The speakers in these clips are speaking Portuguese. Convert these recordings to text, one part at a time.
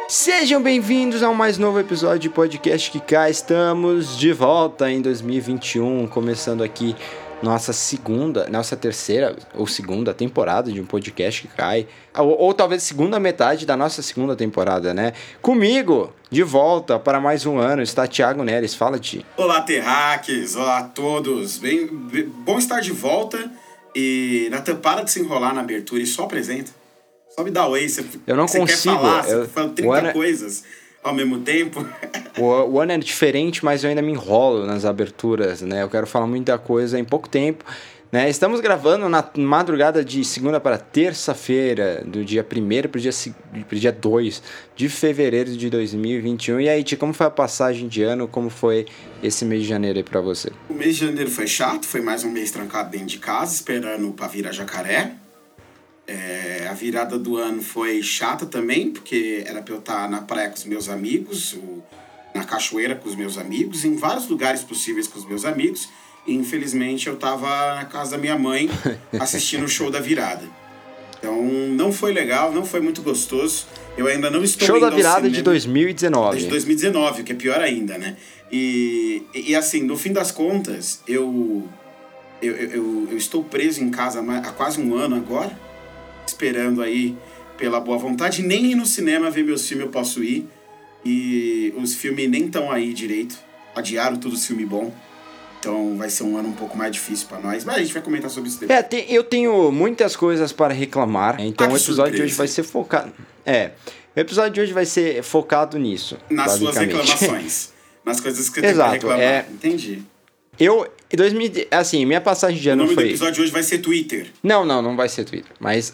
Sejam bem-vindos a um mais novo episódio de Podcast que Cai. Estamos de volta em 2021, começando aqui nossa terceira ou segunda temporada de um Podcast que Cai, ou talvez segunda metade da nossa segunda temporada, né? Comigo, de volta para mais um ano, está Thiago Neres. Fala, Ti. Olá, terráqueos! Olá a todos! Bom estar de volta e para de se enrolar na abertura e só apresenta. Só me dá oi, eu não consigo. Quer falar, você fala 30 coisas ao mesmo tempo. O ano é diferente, mas eu ainda me enrolo nas aberturas, né? Eu quero falar muita coisa em pouco tempo, né? Estamos gravando na madrugada de segunda para terça-feira, do dia 1º para o dia 2 de fevereiro de 2021. E aí, Ti, como foi a passagem de ano? Como foi esse mês de janeiro aí pra você? O mês de janeiro foi chato, foi mais um mês trancado dentro de casa, esperando pra virar jacaré. A virada do ano foi chata também, porque era pra eu estar na praia com os meus amigos, na cachoeira com os meus amigos, em vários lugares possíveis com os meus amigos. E infelizmente eu tava na casa da minha mãe assistindo o show da virada. Então não foi legal, não foi muito gostoso. Eu ainda não estou show indo da virada de 2019. De 2019, o que é pior ainda, né? E assim, no fim das contas, eu estou preso em casa há quase um ano agora, esperando aí pela boa vontade. Nem ir no cinema ver meus filmes eu posso ir. E os filmes nem estão aí direito. Adiaram tudo os filmes bom. Então vai ser um ano um pouco mais difícil pra nós. Mas a gente vai comentar sobre isso depois. Eu tenho muitas coisas para reclamar. Então o episódio de hoje vai ser focado... O episódio de hoje vai ser focado nisso. Nas suas reclamações. Nas coisas que você tem pra reclamar. Entendi. Minha passagem de ano foi... O nome do episódio de hoje vai ser Twitter. Não vai ser Twitter, mas...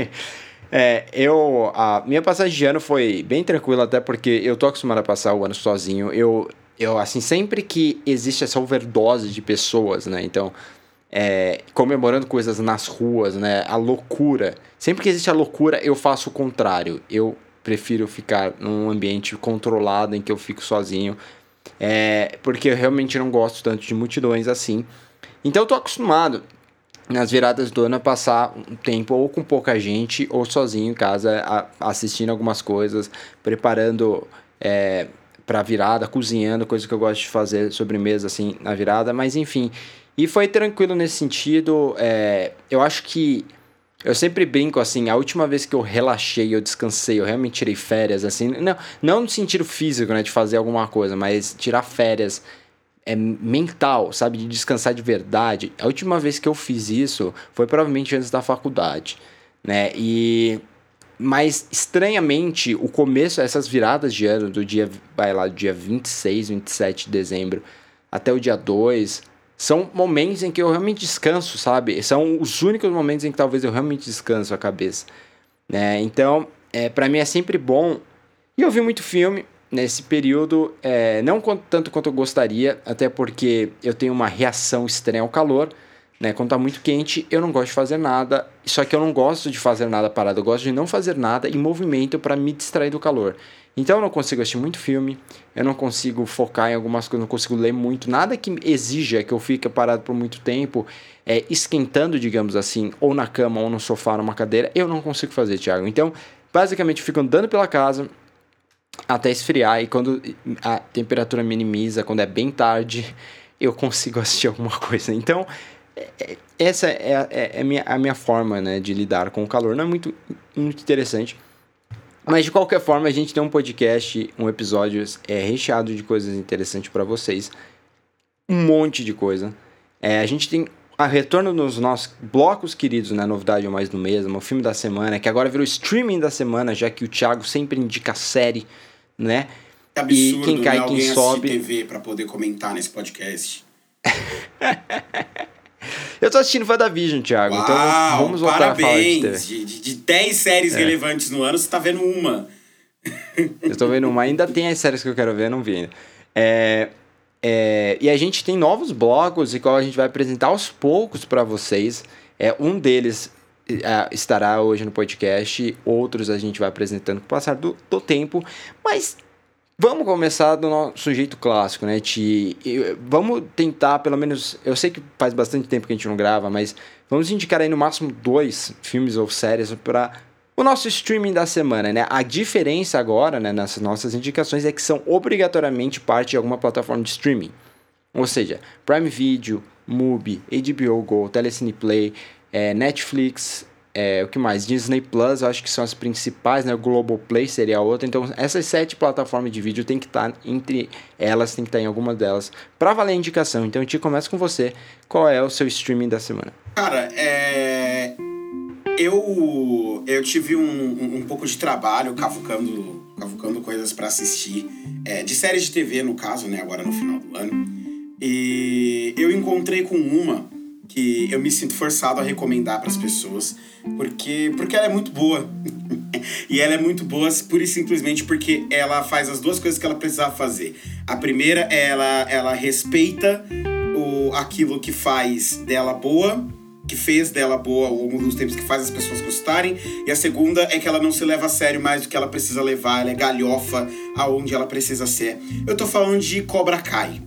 A minha passagem de ano foi bem tranquila, até porque eu tô acostumado a passar o ano sozinho. Eu assim, sempre que existe essa overdose de pessoas, né, então... comemorando coisas nas ruas, né, a loucura. Sempre que existe a loucura, eu faço o contrário. Eu prefiro ficar num ambiente controlado em que eu fico sozinho. Porque eu realmente não gosto tanto de multidões assim. Então eu tô acostumado nas viradas do ano a passar um tempo ou com pouca gente ou sozinho em casa, assistindo algumas coisas, preparando pra virada, cozinhando, coisa que eu gosto de fazer, sobremesa assim na virada, mas enfim. E foi tranquilo nesse sentido. Eu acho que eu sempre brinco assim, a última vez que eu relaxei, eu descansei, eu realmente tirei férias, assim, não no sentido físico, né, de fazer alguma coisa, mas tirar férias mental, sabe, de descansar de verdade. A última vez que eu fiz isso foi provavelmente antes da faculdade, né, mas estranhamente, o começo, essas viradas de ano, do dia 26, 27 de dezembro até o dia 2... são momentos em que eu realmente descanso, sabe? São os únicos momentos em que talvez eu realmente descanso a cabeça, né? Então, pra mim é sempre bom. E eu vi muito filme nesse período, não tanto quanto eu gostaria, até porque eu tenho uma reação estranha ao calor, né? Quando tá muito quente, eu não gosto de fazer nada. Só que eu não gosto de fazer nada parado, eu gosto de não fazer nada em movimento para me distrair do calor. Então eu não consigo assistir muito filme, eu não consigo focar em algumas coisas, não consigo ler muito, nada que exija que eu fique parado por muito tempo, esquentando, digamos assim, ou na cama, ou no sofá, numa cadeira, eu não consigo fazer, Thiago. Então, basicamente, eu fico andando pela casa até esfriar, e quando a temperatura minimiza, quando é bem tarde, eu consigo assistir alguma coisa. Então, essa é a minha forma, né, de lidar com o calor. Não é muito interessante. Mas de qualquer forma, a gente tem um podcast, um episódio recheado de coisas interessantes para vocês. Um monte de coisa. A gente tem a retorno nos nossos blocos queridos, né? Novidade ou mais do mesmo, o filme da semana, que agora virou streaming da semana, já que o Thiago sempre indica série, né? É absurdo, e quem cai, né? quem Alguém sobe. assistir TV para poder comentar nesse podcast. Eu tô assistindo WandaVision, Thiago. Uau, então vamos voltar parabéns. a falar de TV. De 10 séries relevantes no ano, você tá vendo uma. Eu tô vendo uma. Ainda tem as séries que eu quero ver, não vi ainda. E a gente tem novos blocos, e qual a gente vai apresentar aos poucos para vocês. Um deles estará hoje no podcast, outros a gente vai apresentando com o passar do tempo. Mas vamos começar do nosso jeito clássico, né? Vamos tentar, pelo menos... Eu sei que faz bastante tempo que a gente não grava, mas vamos indicar aí no máximo 2 filmes ou séries para O nosso streaming da semana, né? A diferença agora, né, nessas nossas indicações é que são obrigatoriamente parte de alguma plataforma de streaming. Ou seja, Prime Video, Mubi, HBO Go, Telecine Play, Netflix, o que mais? Disney Plus, eu acho que são as principais, né? O Globoplay seria a outra. Então, essas 7 plataformas de vídeo tem que estar entre elas, tem que estar em alguma delas para valer a indicação. Então, a gente começa com você. Qual é o seu streaming da semana? Cara, eu tive um pouco de trabalho cavucando coisas pra assistir, de séries de TV, no caso, né, agora no final do ano. E eu encontrei com uma que eu me sinto forçado a recomendar pras pessoas, porque ela é muito boa. E ela é muito boa pura e simplesmente porque ela faz as duas coisas que ela precisava fazer. A primeira é ela respeita aquilo que faz dela boa, que fez dela boa ao longo dos tempos, que faz as pessoas gostarem. E a segunda é que ela não se leva a sério mais do que ela precisa levar. Ela é galhofa aonde ela precisa ser. Eu tô falando de Cobra Kai.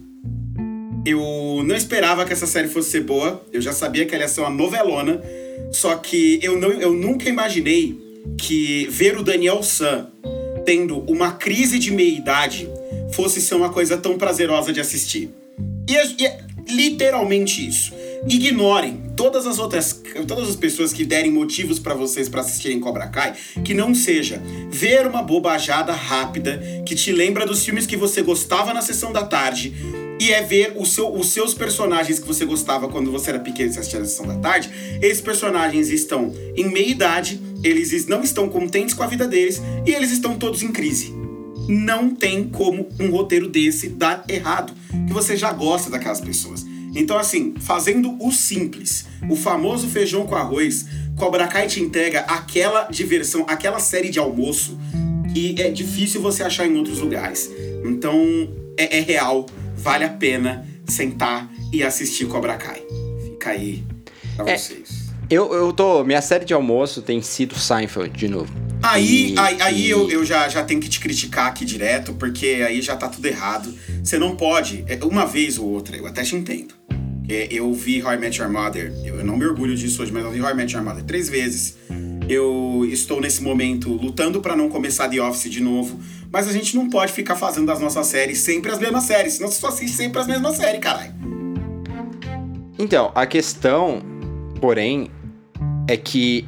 Eu não esperava que essa série fosse ser boa. Eu já sabia que ela ia ser uma novelona. Só que eu nunca imaginei que ver o Daniel San tendo uma crise de meia-idade fosse ser uma coisa tão prazerosa de assistir. E é literalmente isso. Ignorem todas as pessoas que derem motivos pra vocês pra assistirem Cobra Kai, que não seja ver uma bobajada rápida que te lembra dos filmes que você gostava na sessão da tarde, e é ver os seus personagens que você gostava quando você era pequeno e assistia na sessão da tarde. Esses personagens estão em meia-idade, eles não estão contentes com a vida deles e eles estão todos em crise. Não tem como um roteiro desse dar errado, que você já gosta daquelas pessoas. Então, assim, fazendo o simples, o famoso feijão com arroz, Cobra Kai te entrega aquela diversão, aquela série de almoço que é difícil você achar em outros lugares. Então, é real, vale a pena sentar e assistir Cobra Kai. Fica aí pra vocês. Minha série de almoço tem sido Seinfeld de novo. Aí eu já tenho que te criticar aqui direto, porque aí já tá tudo errado. Você não pode, uma vez ou outra, eu até te entendo. Eu vi How I Met Your Mother, eu não me orgulho disso hoje, mas eu vi How I Met Your Mother 3 vezes. Eu estou nesse momento lutando pra não começar The Office de novo, mas a gente não pode ficar fazendo das nossas séries sempre as mesmas séries, senão você só assiste sempre as mesmas séries, caralho. Então, a questão, porém, é que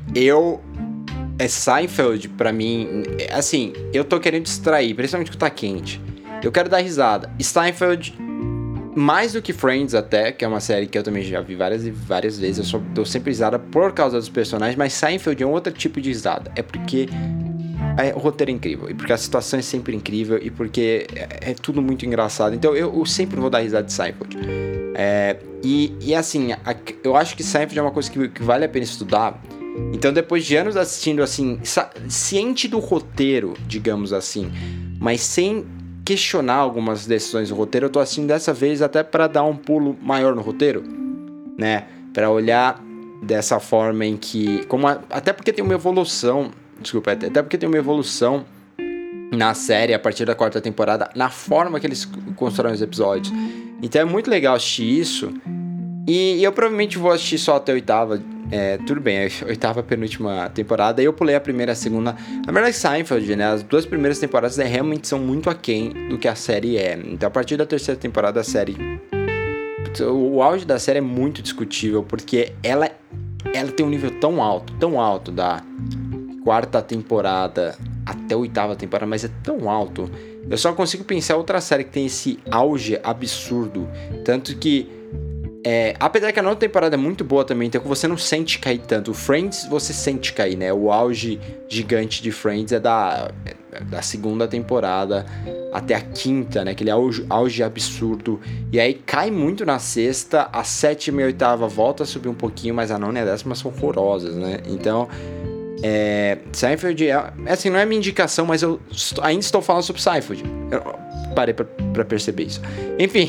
Seinfeld, pra mim, assim, eu tô querendo distrair, principalmente que tá quente. Eu quero dar risada. Seinfeld, mais do que Friends até, que é uma série que eu também já vi várias e várias vezes, eu só dou sempre risada por causa dos personagens, mas Seinfeld é um outro tipo de risada. É porque o roteiro é incrível, e porque a situação é sempre incrível, e porque é tudo muito engraçado. Então eu sempre vou dar risada de Seinfeld. E assim, eu acho que Seinfeld é uma coisa que vale a pena estudar. Então, depois de anos assistindo, assim, ciente do roteiro, digamos assim, mas sem questionar algumas decisões do roteiro, eu tô assistindo dessa vez até para dar um pulo maior no roteiro, né? Para olhar dessa forma em que... até porque tem uma evolução... Desculpa, até porque tem uma evolução na série, a partir da 4ª temporada, na forma que eles constroem os episódios. Então é muito legal assistir isso. E eu provavelmente vou assistir só até a 8ª. Tudo bem, a 8ª penúltima temporada. Eu pulei a primeira e a segunda. Na verdade, Seinfeld, né? As 2 primeiras temporadas realmente são muito aquém do que a série é. Então, a partir da 3ª temporada, a série... O auge da série é muito discutível, porque ela tem um nível tão alto da 4ª temporada até a 8ª temporada, mas é tão alto. Eu só consigo pensar em outra série que tem esse auge absurdo. Tanto que... apesar que a 9ª temporada é muito boa também, então você não sente cair tanto. O Friends você sente cair, né? O auge gigante de Friends é da 2ª temporada até a 5ª, né? Aquele auge absurdo. E aí cai muito na 6ª, a 7ª e a 8ª volta a subir um pouquinho, mas a 9ª e a 10ª são horrorosas, né? Então, Seinfeld assim, não é minha indicação, mas eu ainda estou falando sobre Seinfeld. Eu parei pra perceber isso. Enfim...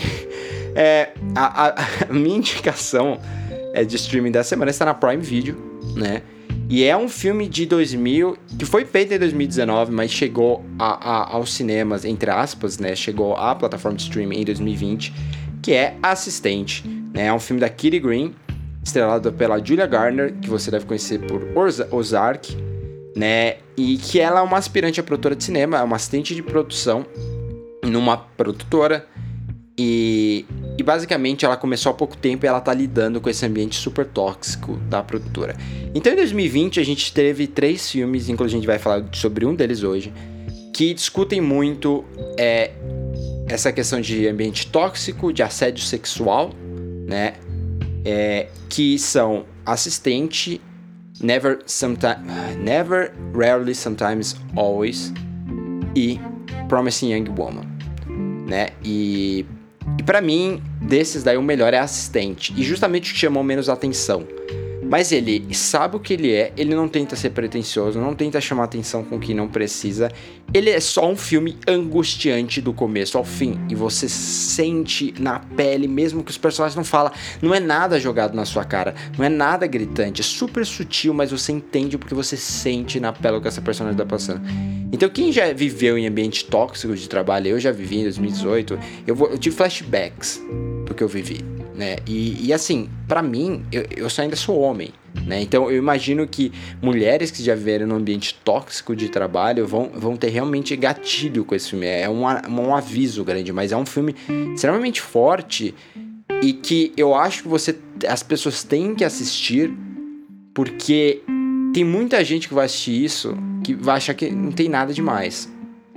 a minha indicação de streaming da semana está na Prime Video, né? E é um filme de 2000, que foi feito em 2019, mas chegou aos cinemas, entre aspas, né? Chegou à plataforma de streaming em 2020, que é Assistente, né? É um filme da Kitty Green, estrelado pela Julia Garner, que você deve conhecer por Ozark, né? E que ela é uma aspirante a produtora de cinema, é uma assistente de produção numa produtora. E basicamente ela começou há pouco tempo e ela tá lidando com esse ambiente super tóxico da produtora. Então em 2020 a gente teve 3 filmes, inclusive a gente vai falar sobre um deles hoje, que discutem muito essa questão de ambiente tóxico, de assédio sexual, né? Que são Assistente, Never, Rarely, Sometimes, Always e Promising Young Woman, né? E pra mim, desses daí, o melhor é Assistente. E justamente o que chamou menos atenção. Mas ele sabe o que ele não tenta ser pretensioso, não tenta chamar atenção com o que não precisa. Ele é só um filme angustiante do começo ao fim. E você sente na pele, mesmo que os personagens não falam. Não é nada jogado na sua cara, não é nada gritante. É super sutil, mas você entende porque você sente na pele o que essa personagem tá passando. Então quem já viveu em ambiente tóxico de trabalho, eu já vivi em 2018, eu tive flashbacks do que eu vivi, né? E assim, pra mim, eu ainda sou homem, né? Então eu imagino que mulheres que já viveram num ambiente tóxico de trabalho vão ter realmente gatilho com esse filme. É um aviso grande, mas é um filme extremamente forte e que eu acho que as pessoas têm que assistir, porque tem muita gente que vai assistir isso que vai achar que não tem nada demais.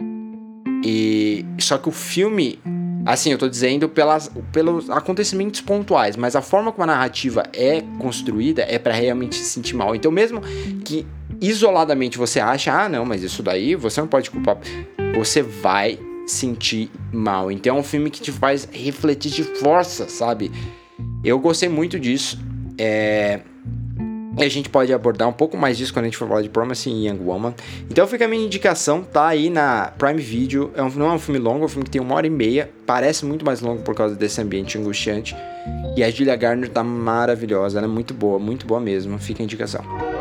E só que o filme, assim, eu tô dizendo pelos acontecimentos pontuais, mas a forma como a narrativa é construída é pra realmente se sentir mal. Então mesmo que isoladamente você acha, não, mas isso daí você não pode culpar, você vai sentir mal. Então é um filme que te faz refletir de força, sabe? Eu gostei muito disso. A gente pode abordar um pouco mais disso quando a gente for falar de Promising Young Woman. Então fica a minha indicação, tá aí na Prime Video. Não é um filme longo, é um filme que tem 1h30. Parece muito mais longo por causa desse ambiente angustiante. E a Julia Garner tá maravilhosa, ela é muito boa mesmo. Fica a indicação.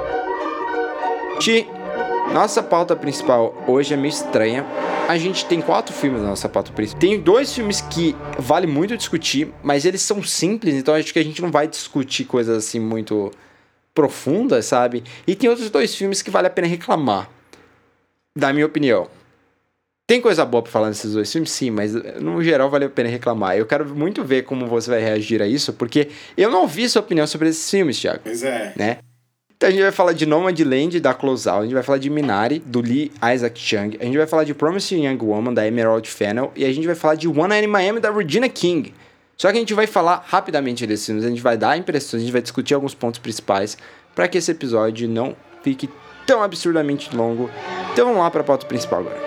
Nossa pauta principal hoje é meio estranha. A gente tem 4 filmes na nossa pauta principal. Tem 2 filmes que vale muito discutir, mas eles são simples, então acho que a gente não vai discutir coisas assim muito profundas, sabe? E tem outros 2 filmes que vale a pena reclamar, da minha opinião. Tem coisa boa pra falar nesses 2 filmes? Sim, mas no geral vale a pena reclamar. Eu quero muito ver como você vai reagir a isso, porque eu não ouvi sua opinião sobre esses filmes, Thiago. Pois é. Né? Então a gente vai falar de Nomadland, da Close Out, a gente vai falar de Minari, do Lee Isaac Chung, a gente vai falar de Promising Young Woman, da Emerald Fennell, e a gente vai falar de One Night in Miami, da Regina King. Só que a gente vai falar rapidamente desses filmes, a gente vai dar impressões, a gente vai discutir alguns pontos principais para que esse episódio não fique tão absurdamente longo. Então vamos lá para a pauta principal agora.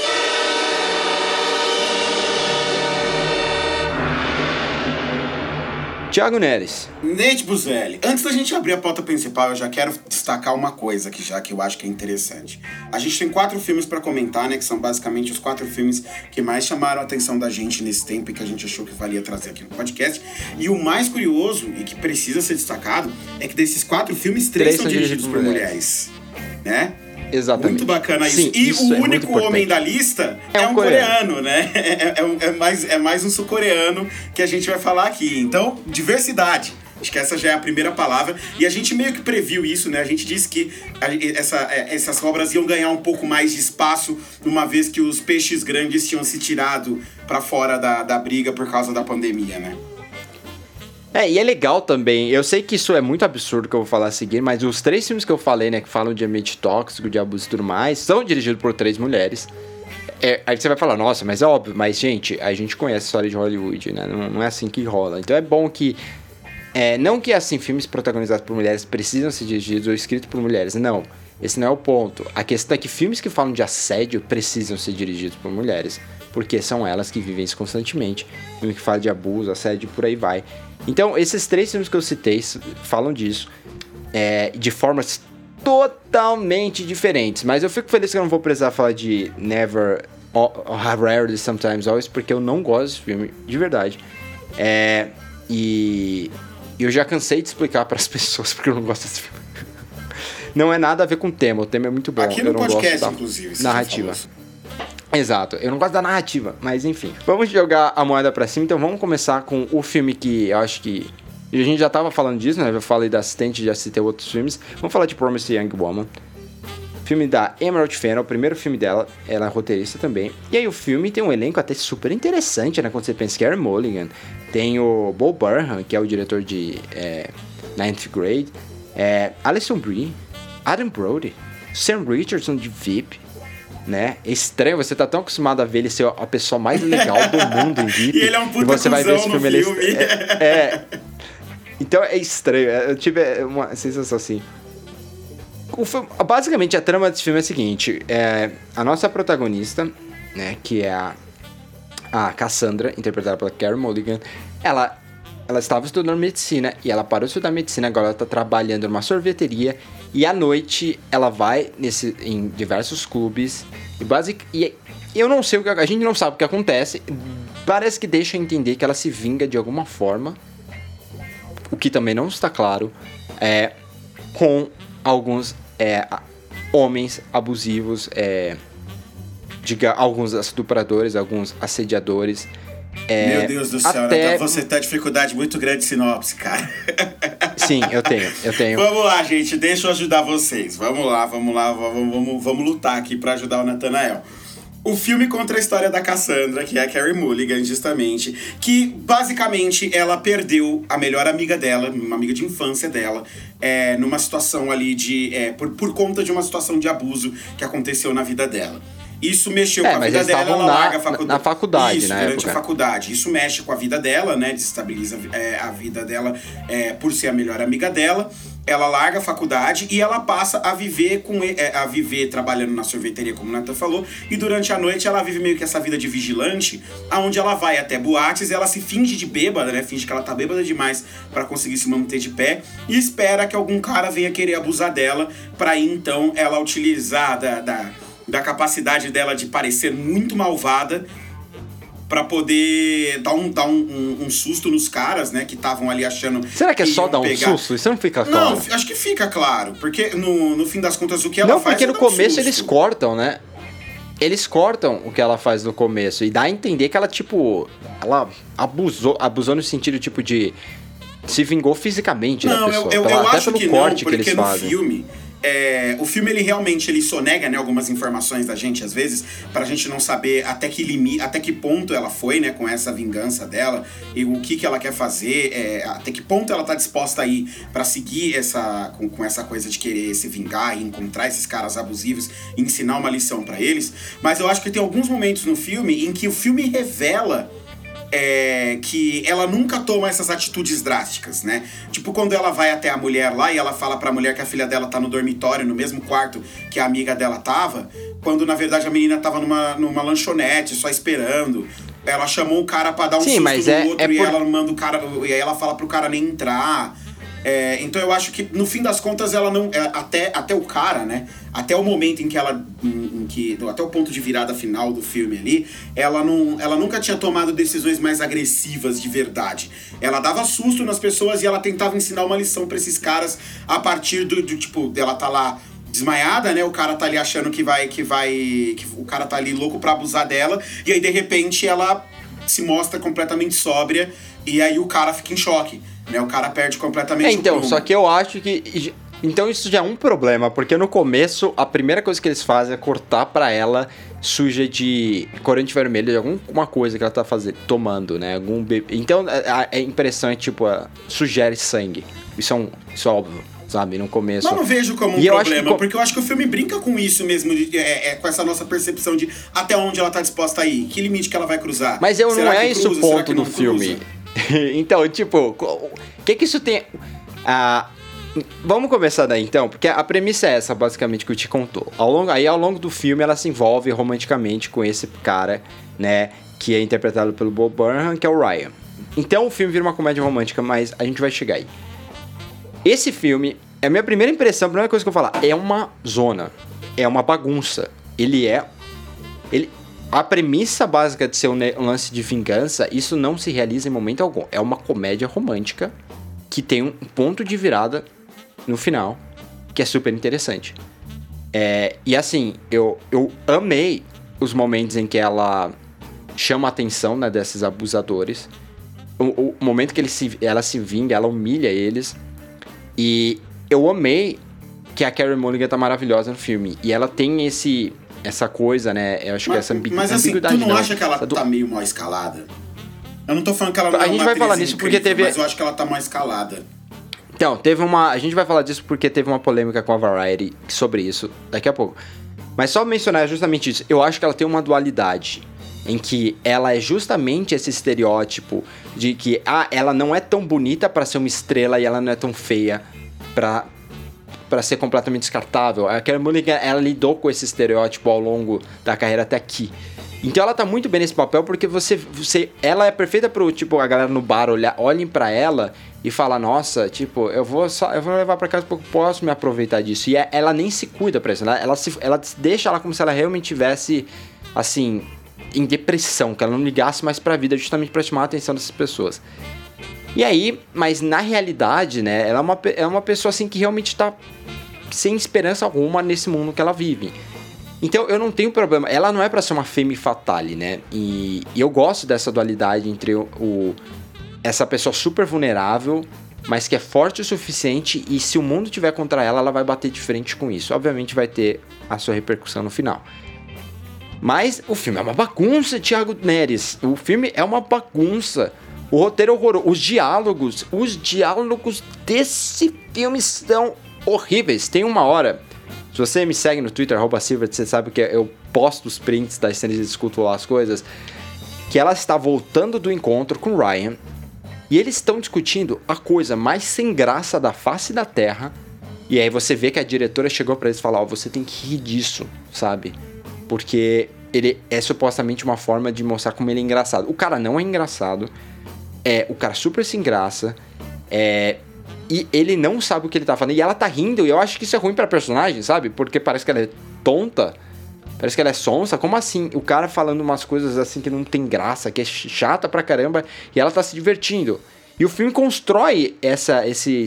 Thiago Neres. Nate Buzelli. Antes da gente abrir a pauta principal, eu já quero destacar uma coisa que eu acho que é interessante. A gente tem 4 filmes pra comentar, né? Que são basicamente os 4 filmes que mais chamaram a atenção da gente nesse tempo e que a gente achou que valia trazer aqui no podcast. E o mais curioso, e que precisa ser destacado, é que desses 4 filmes, 3 são dirigidos por mulheres. Né? Exatamente. Muito bacana isso. Sim, e isso o é único homem da lista é um coreano, né? É mais um sul-coreano que a gente vai falar aqui. Então, diversidade. Acho que essa já é a primeira palavra. E a gente meio que previu isso, né? A gente disse que essas obras iam ganhar um pouco mais de espaço, uma vez que os peixes grandes tinham se tirado pra fora da briga por causa da pandemia, né? E é legal também, eu sei que isso é muito absurdo que eu vou falar a seguir, mas os 3 filmes que eu falei, né, que falam de ambiente tóxico, de abuso e tudo mais, são dirigidos por 3 mulheres. Aí você vai falar, nossa, mas é óbvio, mas gente, a gente conhece a história de Hollywood, né, não é assim que rola. Então é bom que, não que assim, filmes protagonizados por mulheres precisam ser dirigidos ou escritos por mulheres, não. Esse não é o ponto. A questão é que filmes que falam de assédio precisam ser dirigidos por mulheres, porque são elas que vivem isso constantemente. Filme que fala de abuso, assédio, por aí vai. Então, esses 3 filmes que eu citei falam disso, de formas totalmente diferentes. Mas eu fico feliz que eu não vou precisar falar de Never, Rarely, Sometimes, Always, porque eu não gosto desse filme, de verdade. E eu já cansei de explicar para as pessoas porque eu não gosto desse filme. Não é nada a ver com o tema é muito bom. Aqui no podcast, inclusive. Narrativa. Exato, eu não gosto da narrativa, mas enfim. Vamos jogar a moeda pra cima, então vamos começar com o filme que eu acho que... A gente já tava falando disso, né? Eu falei da Assistente, já citei outros filmes. Vamos falar de Promising Young Woman. Filme da Emerald Fennell, o primeiro filme dela, ela é roteirista também. E aí o filme tem um elenco até super interessante, né? Quando você pensa que Carey Mulligan, tem o Bo Burnham, que é o diretor de Ninth Grade, Alison Brie, Adam Brody, Sam Richardson de VIP, né? É estranho, você tá tão acostumado a ver ele ser a pessoa mais legal do mundo em VIP. E ele é um puta e você vai ver esse filme. Então é estranho, eu tive uma sensação assim. Basicamente a trama desse filme é a seguinte: a nossa protagonista, né, que é a Cassandra, interpretada pela Carey Mulligan, ela estava estudando medicina e ela parou de estudar medicina, agora ela está trabalhando numa sorveteria e à noite ela vai em diversos clubes e eu não sei a gente não sabe o que acontece, parece que deixa entender que ela se vinga de alguma forma, o que também não está claro, com alguns homens abusivos, alguns estupradores, alguns assediadores. Meu Deus do céu, você tá dificuldade muito grande de sinopse, cara. Sim, eu tenho. Vamos lá, gente, deixa eu ajudar vocês. Vamos lá, vamos lutar aqui pra ajudar o Nathanael. O filme conta a história da Cassandra, que é a Carey Mulligan, justamente, que basicamente ela perdeu a melhor amiga dela, uma amiga de infância dela, numa situação ali por conta de uma situação de abuso que aconteceu na vida dela. Isso mexeu com a vida dela, ela larga a faculdade. Na faculdade, isso, durante época. A faculdade. Isso mexe com a vida dela, né? Desestabiliza a vida dela por ser a melhor amiga dela. Ela larga a faculdade e ela passa a viver trabalhando na sorveteria, como o Nathan falou, e durante a noite ela vive meio que essa vida de vigilante, aonde ela vai até boates e ela se finge de bêbada, né? Finge que ela tá bêbada demais pra conseguir se manter de pé e espera que algum cara venha querer abusar dela pra aí então ela utilizar da capacidade dela de parecer muito malvada pra poder dar um susto nos caras, né, que estavam ali achando... Será que é só dar um susto? Isso não fica claro? Não, acho que fica claro, porque no fim das contas o que ela faz... Não, porque no começo eles cortam, né? Eles cortam o que ela faz no começo e dá a entender que ela, tipo... Ela abusou no sentido, tipo, de... Se vingou fisicamente da pessoa. Eu até acho pelo que corte não, porque que eles fazem. O filme ele realmente sonega, né, algumas informações da gente às vezes, pra gente não saber até que ponto ela foi, né, com essa vingança dela e o que ela quer fazer, até que ponto ela tá disposta a ir pra seguir com essa coisa de querer se vingar e encontrar esses caras abusivos e ensinar uma lição pra eles. Mas eu acho que tem alguns momentos no filme em que o filme revela que ela nunca toma essas atitudes drásticas, né? Tipo quando ela vai até a mulher lá e ela fala pra mulher que a filha dela tá no dormitório, no mesmo quarto que a amiga dela tava, quando na verdade a menina tava numa lanchonete só esperando. Ela chamou o cara pra dar um susto no outro e ela manda o cara, e aí ela fala pro cara nem entrar. Então eu acho que no fim das contas ela não... Até o cara, né? Até o momento em que ela... até o ponto de virada final do filme ali, ela nunca tinha tomado decisões mais agressivas de verdade. Ela dava susto nas pessoas e ela tentava ensinar uma lição pra esses caras a partir do tipo, ela tá lá desmaiada, né? O cara tá ali achando que o cara tá ali louco pra abusar dela, e aí de repente ela se mostra completamente sóbria e aí o cara fica em choque, né? O cara perde completamente o prumo. Só que eu acho que... Então isso já é um problema, porque no começo a primeira coisa que eles fazem é cortar pra ela suja de corante vermelho, de alguma coisa que ela tá tomando, né? Então a impressão é tipo, sugere sangue. Isso é óbvio, sabe? No começo. Mas não vejo como um problema, porque eu acho que o filme brinca com isso mesmo, com essa nossa percepção de até onde ela tá disposta a ir, que limite que ela vai cruzar. Mas não é esse o ponto do filme. Então, tipo, o que isso tem... Vamos começar daí então, porque a premissa é essa, basicamente, que eu te contou. Ao longo do filme, ela se envolve romanticamente com esse cara, né, que é interpretado pelo Bo Burnham, que é o Ryan. Então o filme vira uma comédia romântica, mas a gente vai chegar aí. Esse filme, a minha primeira impressão, a primeira coisa que eu vou falar, é uma zona, é uma bagunça. A premissa básica de ser um lance de vingança, isso não se realiza em momento algum. É uma comédia romântica que tem um ponto de virada no final, que é super interessante. E assim, eu amei os momentos em que ela chama a atenção, né, desses abusadores. O momento que ela se vinga, ela humilha eles. E eu amei que a Carey Mulligan tá maravilhosa no filme. E ela tem essa coisa, né? Eu acho que essa ambiguidade. Mas assim, tu não acha que ela tá meio mal escalada? Eu não tô falando que ela não a gente vai falar nisso porque teve... Mas eu acho que ela tá mal escalada. Então, a gente vai falar disso porque teve uma polêmica com a Variety sobre isso daqui a pouco. Mas só mencionar justamente isso. Eu acho que ela tem uma dualidade em que ela é justamente esse estereótipo de que ela não é tão bonita pra ser uma estrela e ela não é tão feia pra ser completamente descartável. A Carey Mulligan, ela lidou com esse estereótipo ao longo da carreira até aqui. Então ela tá muito bem nesse papel porque ela é perfeita pro, tipo, a galera no bar olhem pra ela e falar, nossa, tipo, eu vou levar pra casa porque eu posso me aproveitar disso. E ela nem se cuida pra isso, né? Ela deixa ela como se ela realmente tivesse, assim, em depressão, que ela não ligasse mais pra vida, justamente pra chamar a atenção dessas pessoas. E aí, mas na realidade, né, ela é uma pessoa, assim, que realmente tá sem esperança alguma nesse mundo que ela vive. Então eu não tenho problema, ela não é pra ser uma femme fatale, né? E eu gosto dessa dualidade entre essa pessoa super vulnerável, mas que é forte o suficiente, e se o mundo tiver contra ela, ela vai bater de frente com isso. Obviamente vai ter a sua repercussão no final. Mas o filme é uma bagunça, Thiago Neres. O filme é uma bagunça. O roteiro é horroroso. Os diálogos desse filme são horríveis. Tem uma hora... Se você me segue no Twitter, @Silvert, você sabe que eu posto os prints das cenas e discuto lá as coisas. Que ela está voltando do encontro com o Ryan. E eles estão discutindo a coisa mais sem graça da face da Terra. E aí você vê que a diretora chegou pra eles e falou, você tem que rir disso, sabe? Porque ele é supostamente uma forma de mostrar como ele é engraçado. O cara não é engraçado. O cara super sem graça. E ele não sabe o que ele tá falando. E ela tá rindo. E eu acho que isso é ruim pra personagem, sabe? Porque parece que ela é tonta. Parece que ela é sonsa. Como assim? O cara falando umas coisas assim que não tem graça, que é chata pra caramba. E ela tá se divertindo. E o filme constrói essa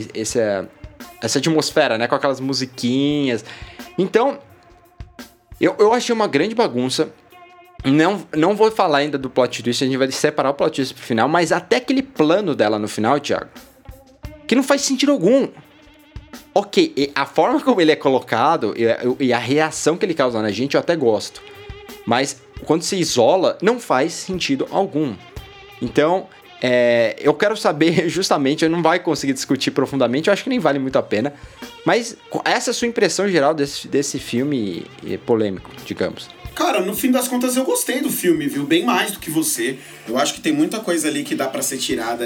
atmosfera, né? Com aquelas musiquinhas. Então, eu achei uma grande bagunça. Não vou falar ainda do plot twist. A gente vai separar o plot twist pro final. Mas até aquele plano dela no final, Thiago, que não faz sentido algum. Ok, e a forma como ele é colocado e a reação que ele causa na gente eu até gosto. Mas quando se isola, não faz sentido algum. Então, eu quero saber justamente, eu não vai conseguir discutir profundamente, eu acho que nem vale muito a pena. Mas essa é a sua impressão geral desse filme polêmico, digamos. Cara, no fim das contas eu gostei do filme, viu? Bem mais do que você. Eu acho que tem muita coisa ali que dá pra ser tirada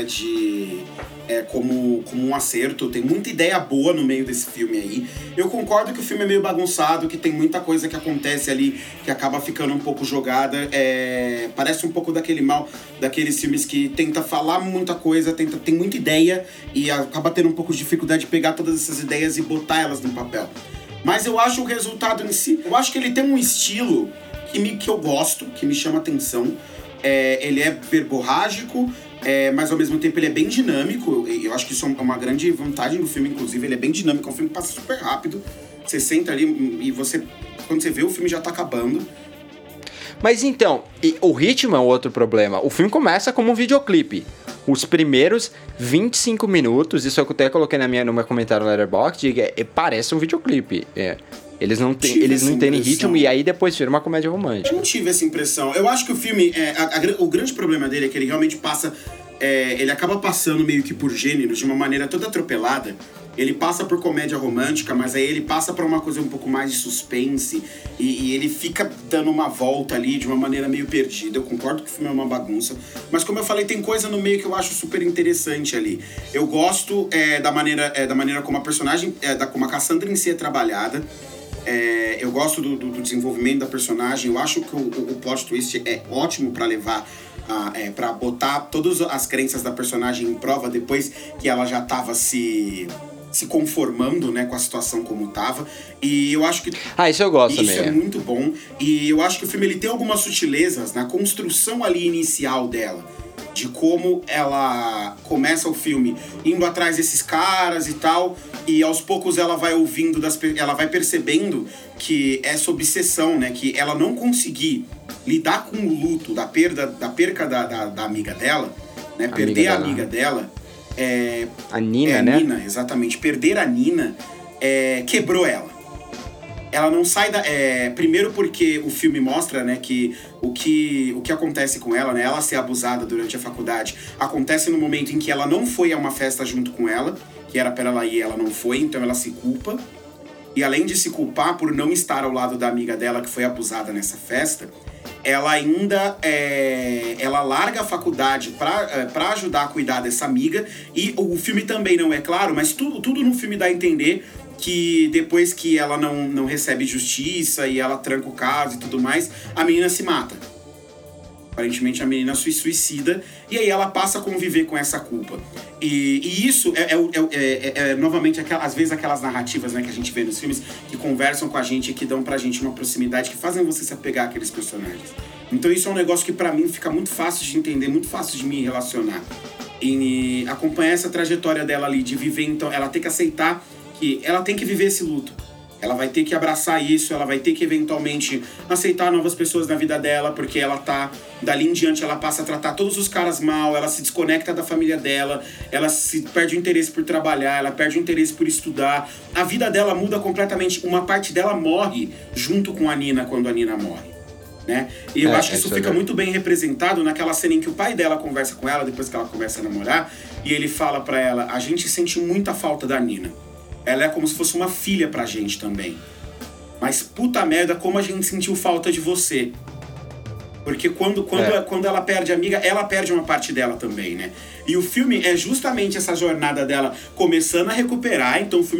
como um acerto. Tem muita ideia boa no meio desse filme aí. Eu concordo que o filme é meio bagunçado, que tem muita coisa que acontece ali que acaba ficando um pouco jogada. Parece um pouco daqueles filmes que tenta falar muita coisa, tem muita ideia e acaba tendo um pouco de dificuldade de pegar todas essas ideias e botar elas no papel. Mas eu acho o resultado em si... Eu acho que ele tem um estilo que eu gosto, que me chama atenção. Ele é verborrágico, mas ao mesmo tempo ele é bem dinâmico. Eu acho que isso é uma grande vantagem do filme, inclusive. Ele é bem dinâmico, é um filme que passa super rápido. Você senta ali e quando você vê, o filme já tá acabando. Mas então, o ritmo é outro problema. O filme começa como um videoclipe. Os primeiros 25 minutos, isso eu até coloquei no meu comentário no Letterboxd, parece um videoclipe. Eles não entendem ritmo e aí depois vira uma comédia romântica. Eu não tive essa impressão. Eu acho que o filme, o grande problema dele é que ele realmente passa... ele acaba passando meio que por gêneros de uma maneira toda atropelada. Ele passa por comédia romântica, mas aí ele passa pra uma coisa um pouco mais de suspense e ele fica dando uma volta ali de uma maneira meio perdida. Eu concordo que o filme é uma bagunça, mas como eu falei, tem coisa no meio que eu acho super interessante ali. Eu gosto da maneira como a personagem, como a Cassandra em si é trabalhada. Eu gosto do desenvolvimento da personagem. Eu acho que o plot twist é ótimo pra levar... pra botar todas as crenças da personagem em prova depois que ela já tava se conformando, né, com a situação como tava. E eu acho que... isso eu gosto também. Isso é muito bom. E eu acho que o filme ele tem algumas sutilezas na construção ali inicial dela. De como ela começa o filme indo atrás desses caras e tal. E aos poucos ela vai ouvindo, ela vai percebendo que essa obsessão, né, que ela não conseguir lidar com o luto da perca da amiga dela, né, perder a amiga dela. A Nina, né? Nina, exatamente. Perder a Nina quebrou ela. Ela não sai da... primeiro porque o filme mostra, né, que o que acontece com ela, né, ela ser abusada durante a faculdade, acontece no momento em que ela não foi a uma festa junto com ela, que era pra ela ir, ela não foi, então ela se culpa. E além de se culpar por não estar ao lado da amiga dela que foi abusada nessa festa, ela ainda ela larga a faculdade pra ajudar a cuidar dessa amiga. E o filme também não é claro, mas tudo no filme dá a entender que depois que ela não recebe justiça e ela tranca o caso e tudo mais, a menina se mata. Aparentemente a menina se suicida e aí ela passa a conviver com essa culpa. E isso novamente, às vezes aquelas narrativas, né, que a gente vê nos filmes que conversam com a gente e que dão pra gente uma proximidade, que fazem você se apegar àqueles personagens. Então isso é um negócio que pra mim fica muito fácil de entender, muito fácil de me relacionar. E acompanhar essa trajetória dela ali, de viver, então ela tem que aceitar que ela tem que viver esse luto. Ela vai ter que abraçar isso, ela vai ter que eventualmente aceitar novas pessoas na vida dela, porque ela tá, dali em diante, ela passa a tratar todos os caras mal, ela se desconecta da família dela, ela perde o interesse por trabalhar, ela perde o interesse por estudar, a vida dela muda completamente, uma parte dela morre junto com a Nina quando a Nina morre, né? E eu acho que isso fica muito bem representado naquela cena em que o pai dela conversa com ela, depois que ela começa a namorar, e ele fala pra ela, a gente sente muita falta da Nina. Ela é como se fosse uma filha pra gente também. Mas puta merda, como a gente sentiu falta de você. Porque quando ela perde a amiga, ela perde uma parte dela também, né? E o filme é justamente essa jornada dela começando a recuperar. Então o filme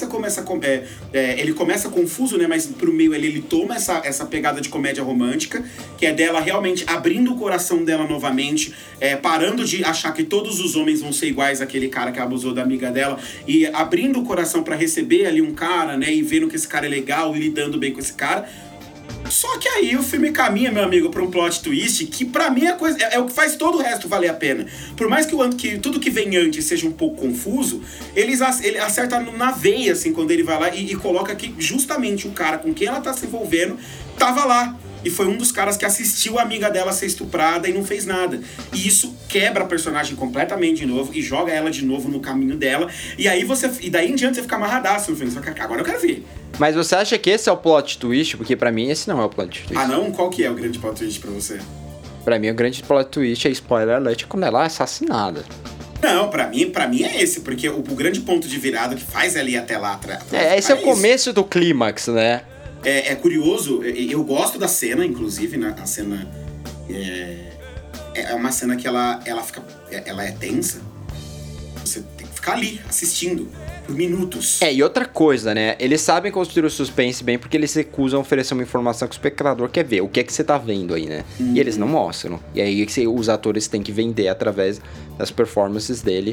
ele começa confuso, né? Mas pro meio ele toma essa pegada de comédia romântica, que é dela realmente abrindo o coração dela novamente, parando de achar que todos os homens vão ser iguais àquele cara que abusou da amiga dela, e abrindo o coração pra receber ali um cara, né? E vendo que esse cara é legal e lidando bem com esse cara. Só que aí o filme caminha, meu amigo, pra um plot twist que pra mim é o que faz todo o resto valer a pena. Por mais que tudo que vem antes seja um pouco confuso, ele acerta na veia, assim, quando ele vai lá e coloca que justamente o cara com quem ela tá se envolvendo tava lá. E foi um dos caras que assistiu a amiga dela ser estuprada e não fez nada. E isso quebra a personagem completamente de novo e joga ela de novo no caminho dela. E daí em diante você fica amarradaço no filme. Só que agora eu quero ver. Mas você acha que esse é o plot twist? Porque pra mim esse não é o plot twist. Ah, não? Qual que é o grande plot twist pra você? Pra mim o grande plot twist é, spoiler alert, quando ela é assassinada. Não, pra mim é esse, porque o grande ponto de virada que faz ela ir até lá atrás. Esse é o começo do clímax, né? É curioso, eu gosto da cena, inclusive, né? A cena é uma cena que ela é tensa. Você tem que ficar ali, assistindo, por minutos. E outra coisa, né? Eles sabem construir o suspense bem porque eles recusam oferecer uma informação que o espectador quer ver. O que é que você tá vendo aí, né? E eles não mostram. E aí os atores têm que vender através das performances dele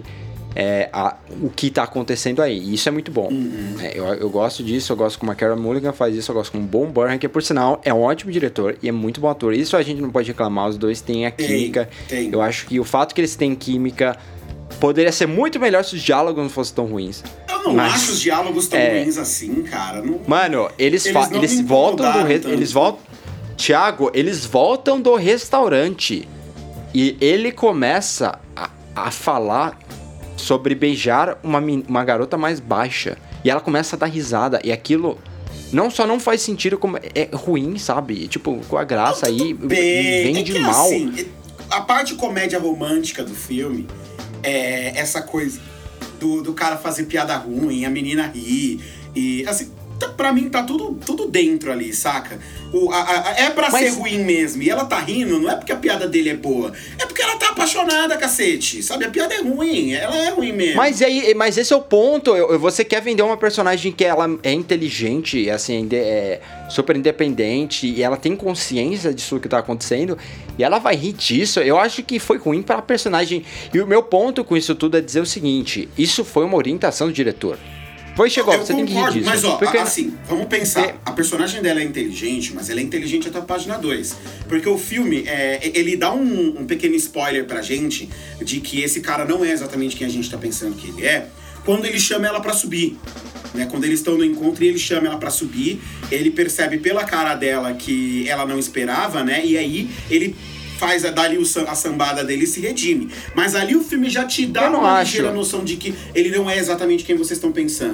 o que tá acontecendo aí. E isso é muito bom. Eu gosto disso, eu gosto como a Carey Mulligan faz isso, eu gosto como o Bob Burnham, que por sinal é um ótimo diretor e é muito bom ator. Isso a gente não pode reclamar, os dois têm a química. Tem. Eu acho que o fato que eles têm química poderia ser muito melhor se os diálogos não fossem tão ruins. Eu não acho os diálogos tão ruins assim, cara. Não... Mano, eles voltam do Thiago, eles voltam do restaurante e ele começa a falar sobre beijar uma garota mais baixa. E ela começa a dar risada. E aquilo não só não faz sentido, como é ruim, sabe? Tipo, com a graça aí vem de mal. Assim, a parte comédia romântica do filme é essa coisa do cara fazer piada ruim, a menina rir. E assim, pra mim tá tudo dentro ali, saca? É pra ser ruim mesmo. E ela tá rindo, não é porque a piada dele é boa. É porque ela tá apaixonada, cacete. Sabe? A piada é ruim. Ela é ruim mesmo. Mas esse é o ponto. Você quer vender uma personagem que ela é inteligente, assim, super independente, e ela tem consciência disso que tá acontecendo, e ela vai rir disso. Eu acho que foi ruim pra personagem. E o meu ponto com isso tudo é dizer o seguinte: isso foi uma orientação do diretor. Você tem que rir disso. Mas assim, vamos pensar. A personagem dela é inteligente, mas ela é inteligente até a página 2. Porque o filme, ele dá um pequeno spoiler pra gente de que esse cara não é exatamente quem a gente tá pensando que ele é, quando ele chama ela pra subir. Né? Quando eles estão no encontro e ele chama ela pra subir, ele percebe pela cara dela que ela não esperava, né? E aí ele faz dali a sambada dele e se redime. Mas ali o filme já te dá uma ligeira noção de que ele não é exatamente quem vocês estão pensando.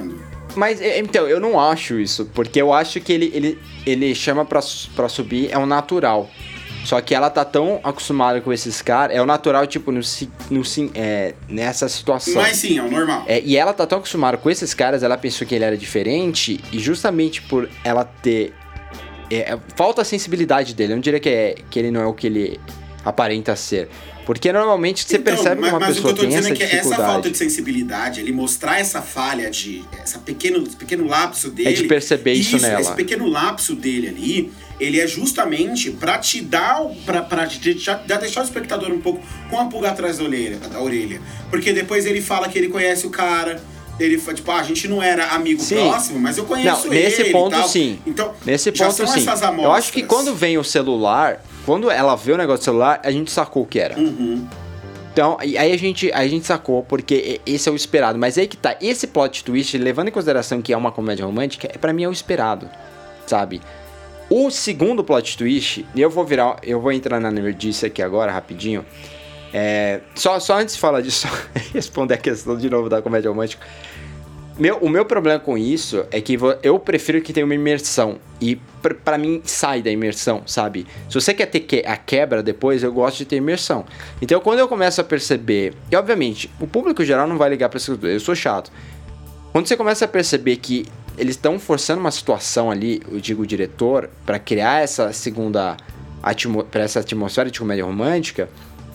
Mas, então, eu não acho isso, porque eu acho que ele chama pra subir, é o natural. Só que ela tá tão acostumada com esses caras, é o natural, tipo, nessa situação. Mas sim, é o normal. E ela tá tão acostumada com esses caras, ela pensou que ele era diferente, e justamente por ela ter... falta a sensibilidade dele, eu não diria que ele não é o que ele aparenta ser. Porque normalmente você percebe que uma pessoa tem essa dificuldade. Mas o que eu tô dizendo é que essa falta de sensibilidade, ele mostrar essa falha, esse pequeno lapso dele... É de perceber isso nela. Esse pequeno lapso dele ali, ele é justamente pra te dar... Pra deixar o espectador um pouco com a pulga atrás da orelha. Porque depois ele fala que ele conhece o cara... Ele foi, tipo, a gente não era amigo próximo, mas eu conheço ele. Nesse ponto, sim. Então, nesse ponto, sim. Eu acho que quando vem o celular, quando ela vê o negócio do celular, a gente sacou o que era. Uhum. Então, aí a gente sacou, porque esse é o esperado. Mas aí que tá, esse plot twist, levando em consideração que é uma comédia romântica, pra mim é o esperado, sabe? O segundo plot twist, e eu vou entrar na nerdice aqui agora, rapidinho. Só antes de falar disso, responder a questão de novo da comédia romântica. O meu problema com isso é que eu prefiro que tenha uma imersão. E pra mim sai da imersão, sabe? Se você quer ter a quebra depois, eu gosto de ter imersão. Então quando eu começo a perceber... E obviamente, o público geral não vai ligar pra isso. Eu sou chato. Quando você começa a perceber que eles estão forçando uma situação ali, eu digo o diretor, pra criar essa segunda... pra essa atmosfera de comédia romântica...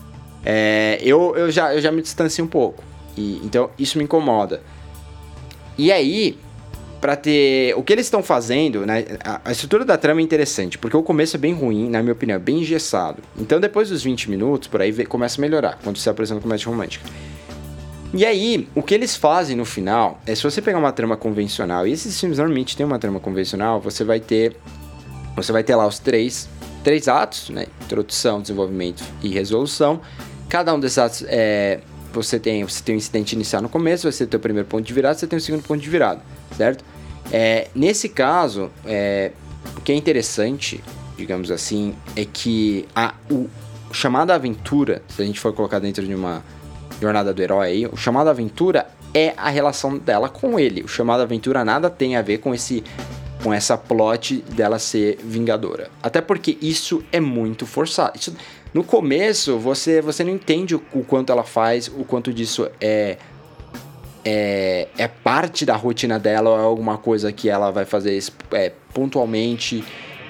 Eu já me distancio um pouco. Então isso me incomoda. E aí, pra ter... O que eles estão fazendo, né? A estrutura da trama é interessante, porque o começo é bem ruim, na minha opinião, é bem engessado. Então depois dos 20 minutos, por aí, começa a melhorar, quando você apresenta comédia romântica. E aí, o que eles fazem no final, se você pegar uma trama convencional, e esses filmes normalmente têm uma trama convencional, você vai ter lá os três atos, né? Introdução, desenvolvimento e resolução. Cada um desses atos você tem um incidente inicial no começo, você tem o primeiro ponto de virada, você tem o segundo ponto de virada, certo? Nesse caso, o que é interessante, digamos assim, é que o chamado aventura, se a gente for colocar dentro de uma jornada do herói aí, o chamado aventura é a relação dela com ele. O chamado aventura nada tem a ver com essa plot dela ser vingadora. Até porque isso é muito forçado. No começo, você não entende o quanto ela faz, o quanto disso é parte da rotina dela, ou é alguma coisa que ela vai fazer pontualmente.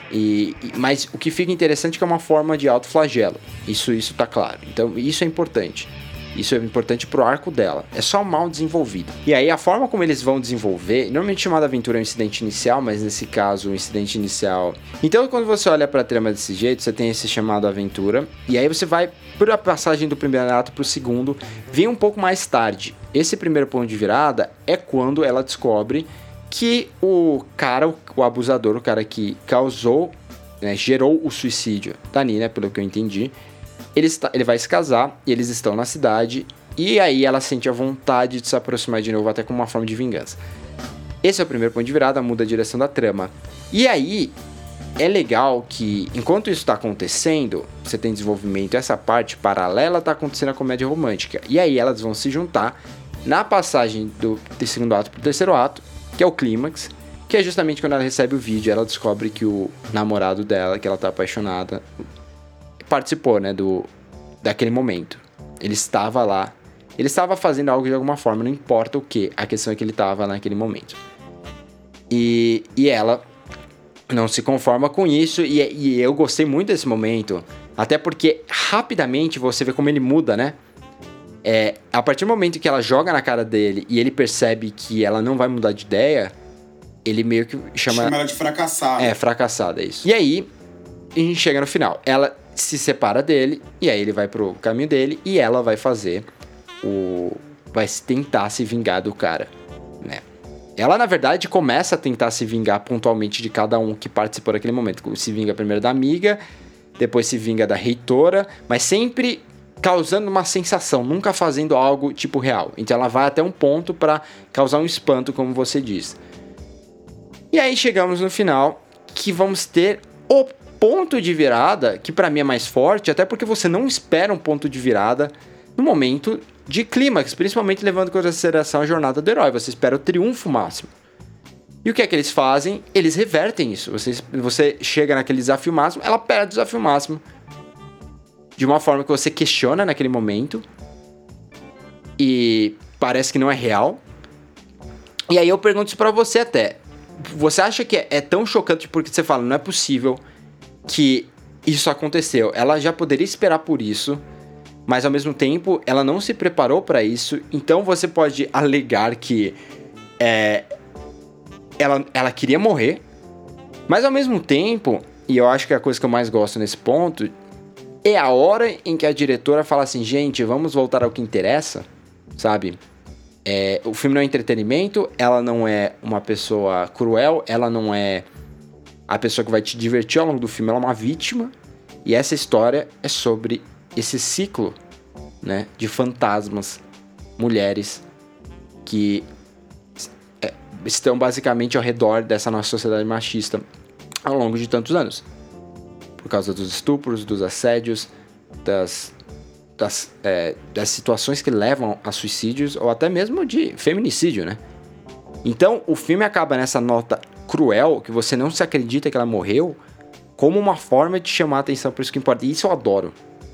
Mas o que fica interessante é que é uma forma de autoflagelo. Isso tá claro. Então, isso é importante. Isso é importante pro arco dela. É só mal desenvolvido. E aí, a forma como eles vão desenvolver... Normalmente chamada aventura é um incidente inicial, mas nesse caso, um incidente inicial... Então, quando você olha pra trama desse jeito, você tem esse chamado aventura. E aí você vai, por a passagem do primeiro ato pro segundo, vem um pouco mais tarde. Esse primeiro ponto de virada é quando ela descobre que o abusador, o cara que causou, né, gerou o suicídio da Nina, pelo que eu entendi... Ele vai se casar e eles estão na cidade. E aí ela sente a vontade de se aproximar de novo, até como uma forma de vingança. Esse é o primeiro ponto de virada, muda a direção da trama. E aí é legal que, enquanto isso está acontecendo, você tem desenvolvimento, essa parte paralela está acontecendo a comédia romântica. E aí elas vão se juntar na passagem do segundo ato para o terceiro ato, que é o clímax, que é justamente quando ela recebe o vídeo, ela descobre que o namorado dela, que ela tá apaixonada, participou, né, daquele momento. Ele estava lá, ele estava fazendo algo de alguma forma, não importa o que, a questão é que ele estava naquele momento. E ela não se conforma com isso, e eu gostei muito desse momento, até porque rapidamente você vê como ele muda, né? A partir do momento que ela joga na cara dele e ele percebe que ela não vai mudar de ideia, ele meio que chama ela de fracassada. Fracassada, é isso. E aí, a gente chega no final. Ela se separa dele, e aí ele vai pro caminho dele, e ela vai vai tentar se vingar do cara, né? Ela, na verdade, começa a tentar se vingar pontualmente de cada um que participou daquele momento. Se vinga primeiro da amiga, depois se vinga da reitora, mas sempre causando uma sensação, nunca fazendo algo tipo real. Então ela vai até um ponto para causar um espanto, como você diz. E aí chegamos no final, que vamos ter o ponto de virada, que pra mim é mais forte, até porque você não espera um ponto de virada no momento de clímax, principalmente levando em consideração a jornada do herói. Você espera o triunfo máximo. E o que é que eles fazem? Eles revertem isso. Você chega naquele desafio máximo, ela perde o desafio máximo. De uma forma que você questiona naquele momento. E parece que não é real. E aí eu pergunto isso pra você até. Você acha que é tão chocante porque você fala, não é possível que isso aconteceu. Ela já poderia esperar por isso, mas ao mesmo tempo ela não se preparou pra isso. Então você pode alegar que ela queria morrer, mas ao mesmo tempo, e eu acho que é a coisa que eu mais gosto nesse ponto, é a hora em que a diretora fala assim, gente, vamos voltar ao que interessa, sabe? O filme não é entretenimento, ela não é uma pessoa cruel, ela não é a pessoa que vai te divertir ao longo do filme, ela é uma vítima, e essa história é sobre esse ciclo, né, de fantasmas, mulheres que estão basicamente ao redor dessa nossa sociedade machista ao longo de tantos anos. Por causa dos estupros, dos assédios, das situações que levam a suicídios ou até mesmo de feminicídio, né? Então, o filme acaba nessa nota cruel, que você não se acredita que ela morreu, como uma forma de chamar a atenção para isso que importa. E isso eu adoro.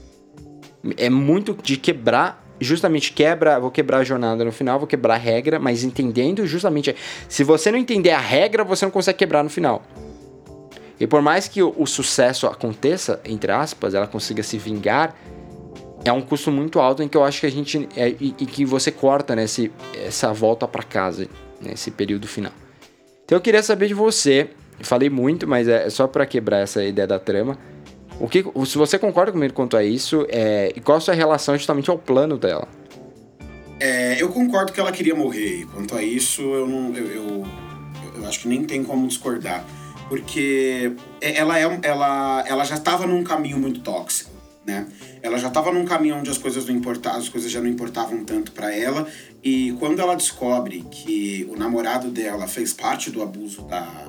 É muito de quebrar, justamente vou quebrar a jornada no final, vou quebrar a regra, mas entendendo justamente... Se você não entender a regra, você não consegue quebrar no final. E por mais que o sucesso aconteça, entre aspas, ela consiga se vingar, é um custo muito alto em que eu acho que a gente... e que você corta, né, essa volta para casa, nesse período final. Então eu queria saber de você, falei muito, mas é só para quebrar essa ideia da trama, se você concorda comigo quanto a isso, e qual a sua relação justamente ao plano dela? Eu concordo que ela queria morrer, e quanto a isso eu acho que nem tem como discordar, porque ela já estava num caminho muito tóxico, né? Ela já estava num caminho onde as coisas já não importavam tanto para ela, e quando ela descobre que o namorado dela fez parte do abuso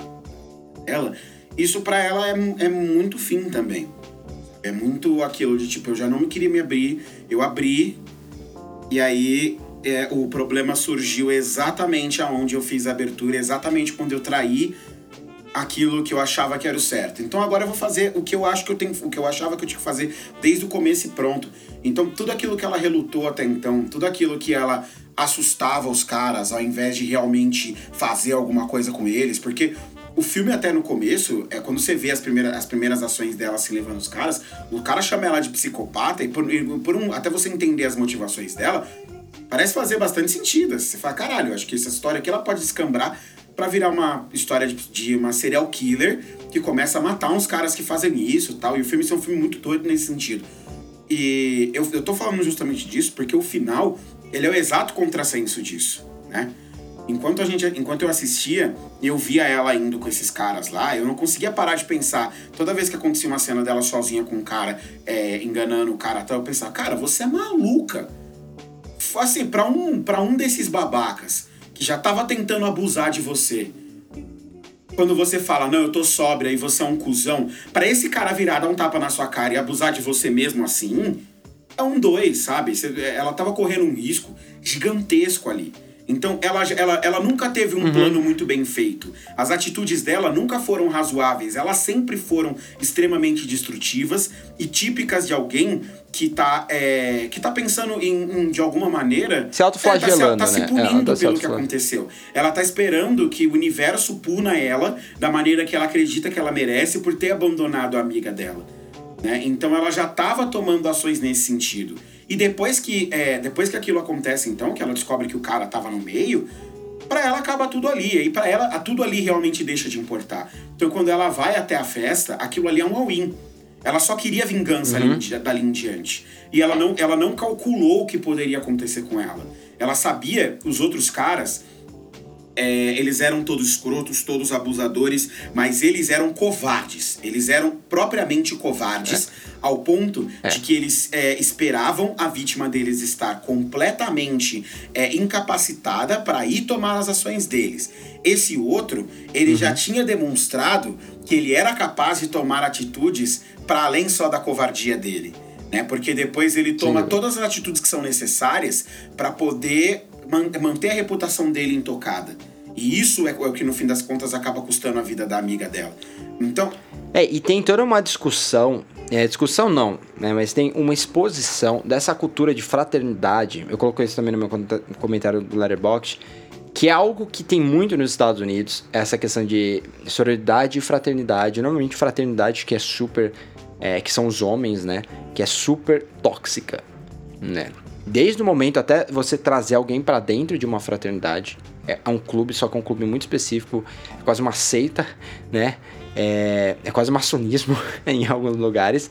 dela, isso para ela é muito fim também. É muito aquilo de tipo, eu já não queria me abrir, eu abri, e aí o problema surgiu exatamente aonde eu fiz a abertura, exatamente quando eu traí aquilo que eu achava que era o certo. Então agora eu vou fazer o que eu achava que eu tinha que fazer desde o começo e pronto. Então tudo aquilo que ela relutou até então, tudo aquilo que ela assustava os caras ao invés de realmente fazer alguma coisa com eles, porque o filme até no começo, quando você vê as primeiras ações dela se levando os caras, o cara chama ela de psicopata e até você entender as motivações dela, parece fazer bastante sentido. Você fala, caralho, eu acho que essa história aqui ela pode descambrar pra virar uma história de uma serial killer que começa a matar uns caras que fazem isso e tal. E o filme é um filme muito doido nesse sentido. E eu tô falando justamente disso porque o final, ele é o exato contrassenso disso, né? Enquanto eu assistia e eu via ela indo com esses caras lá, eu não conseguia parar de pensar. Toda vez que acontecia uma cena dela sozinha com um cara, enganando o cara, eu pensava, cara, você é maluca. Assim, pra um desses babacas que já tava tentando abusar de você, quando você fala, não, eu tô sóbria e você é um cuzão, pra esse cara virar, dar um tapa na sua cara e abusar de você mesmo assim, é um dois, sabe? Ela tava correndo um risco gigantesco ali. Então ela nunca teve um plano muito bem feito. As atitudes dela nunca foram razoáveis. Elas sempre foram extremamente destrutivas e típicas de alguém que tá pensando em de alguma maneira... Se autoflagelando, tá se punindo pelo que aconteceu. Ela tá esperando que o universo puna ela da maneira que ela acredita que ela merece por ter abandonado a amiga dela, né? Então ela já tava tomando ações nesse sentido. E depois que aquilo acontece, então, que ela descobre que o cara tava no meio, pra ela acaba tudo ali. E pra ela, tudo ali realmente deixa de importar. Então, quando ela vai até a festa, aquilo ali é um all-in. Ela só queria vingança dali em diante. E ela não calculou o que poderia acontecer com ela. Ela sabia que os outros caras... eles eram todos escrotos, todos abusadores, mas eles eram covardes. Eles eram propriamente covardes, ao ponto de que eles esperavam a vítima deles estar completamente incapacitada para ir tomar as ações deles. Esse outro, ele já tinha demonstrado que ele era capaz de tomar atitudes para além só da covardia dele, né? Porque depois ele toma todas as atitudes que são necessárias para poder manter a reputação dele intocada. E isso é o que, no fim das contas, acaba custando a vida da amiga dela. Então... E tem toda uma discussão, discussão não, né, mas tem uma exposição dessa cultura de fraternidade, eu coloquei isso também no meu comentário do Letterboxd, que é algo que tem muito nos Estados Unidos, essa questão de sororidade e fraternidade, normalmente fraternidade que é super, que são os homens, né, que é super tóxica, né. Desde o momento até você trazer alguém pra dentro de uma fraternidade, é um clube, só que é um clube muito específico, é quase uma seita, né, é quase maçonismo em alguns lugares,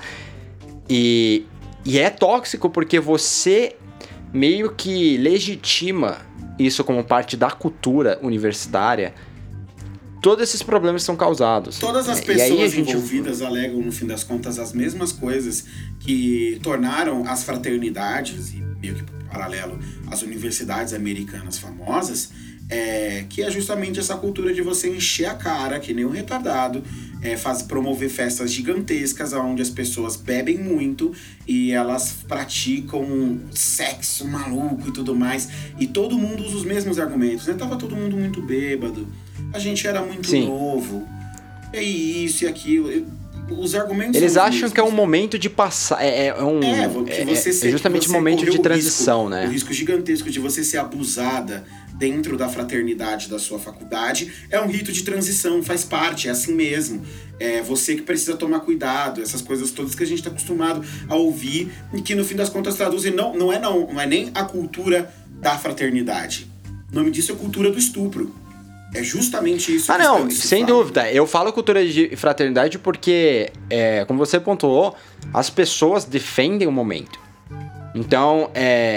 e é tóxico porque você meio que legitima isso como parte da cultura universitária. Todos esses problemas são causados. Todas as pessoas envolvidas alegam, no fim das contas, as mesmas coisas que tornaram as fraternidades, e meio que por paralelo as universidades americanas famosas, que é justamente essa cultura de você encher a cara, que nem um retardado, promover festas gigantescas onde as pessoas bebem muito e elas praticam sexo maluco e tudo mais, e todo mundo usa os mesmos argumentos, né? Tava todo mundo muito bêbado, a gente era muito novo, é isso e aquilo. Os argumentos eles acham que é um momento de passar, é justamente um momento de transição, né? O risco gigantesco de você ser abusada dentro da fraternidade da sua faculdade é um rito de transição, faz parte, é assim mesmo. É você que precisa tomar cuidado, essas coisas todas que a gente está acostumado a ouvir e que no fim das contas traduzem, não é nem a cultura da fraternidade. O nome disso é cultura do estupro. É justamente isso que não, sem dúvida. Eu falo cultura de fraternidade porque, como você pontuou, as pessoas defendem o momento. Então,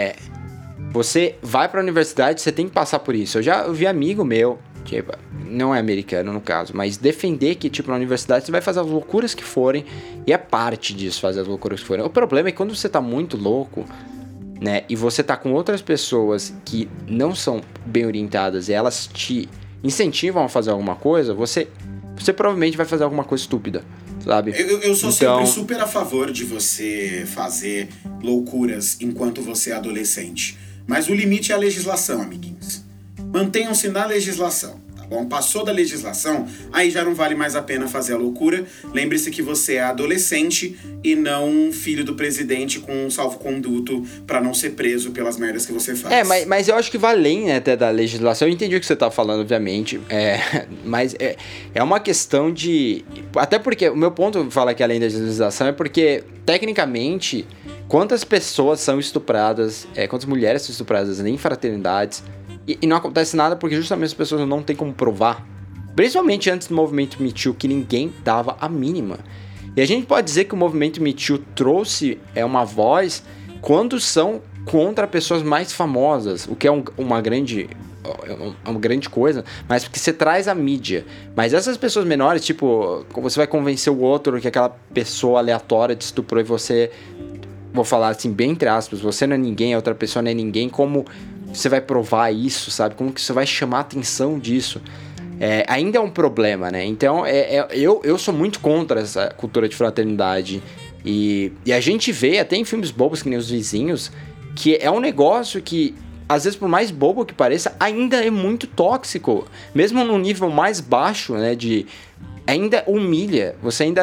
você vai pra universidade, você tem que passar por isso. Eu já vi amigo meu, tipo, não é americano no caso, mas defender que, tipo, na universidade você vai fazer as loucuras que forem, e é parte disso, fazer as loucuras que forem. O problema é que quando você tá muito louco, né, e você tá com outras pessoas que não são bem orientadas e elas te incentivam a fazer alguma coisa, você provavelmente vai fazer alguma coisa estúpida, sabe? Eu sou sempre super a favor de você fazer loucuras enquanto você é adolescente. Mas o limite é a legislação, amiguinhos. Mantenham-se na legislação, tá bom? Passou da legislação, aí já não vale mais a pena fazer a loucura. Lembre-se que você é adolescente e não um filho do presidente com um salvo-conduto pra não ser preso pelas merdas que você faz. Mas eu acho que vai além, né, até da legislação. Eu entendi o que você tá falando, obviamente. Mas é uma questão de... Até porque o meu ponto de falar que além da legislação é porque, tecnicamente, quantas pessoas são estupradas, quantas mulheres são estupradas em fraternidades, e não acontece nada porque justamente as pessoas não têm como provar. Principalmente antes do movimento Me Too, que ninguém dava a mínima. E a gente pode dizer que o movimento Me Too trouxe uma voz quando são contra pessoas mais famosas, o que é uma grande coisa, mas porque você traz a mídia. Mas essas pessoas menores, tipo, você vai convencer o outro que aquela pessoa aleatória te estuprou e você, vou falar assim, bem entre aspas, você não é ninguém, a outra pessoa não é ninguém, como você vai provar isso, sabe? Como que você vai chamar a atenção disso? Ainda é um problema, né? Então, eu sou muito contra essa cultura de fraternidade. E a gente vê, até em filmes bobos que nem Os Vizinhos, que é um negócio que, às vezes, por mais bobo que pareça, ainda é muito tóxico. Mesmo num nível mais baixo, né? Ainda humilha. Você ainda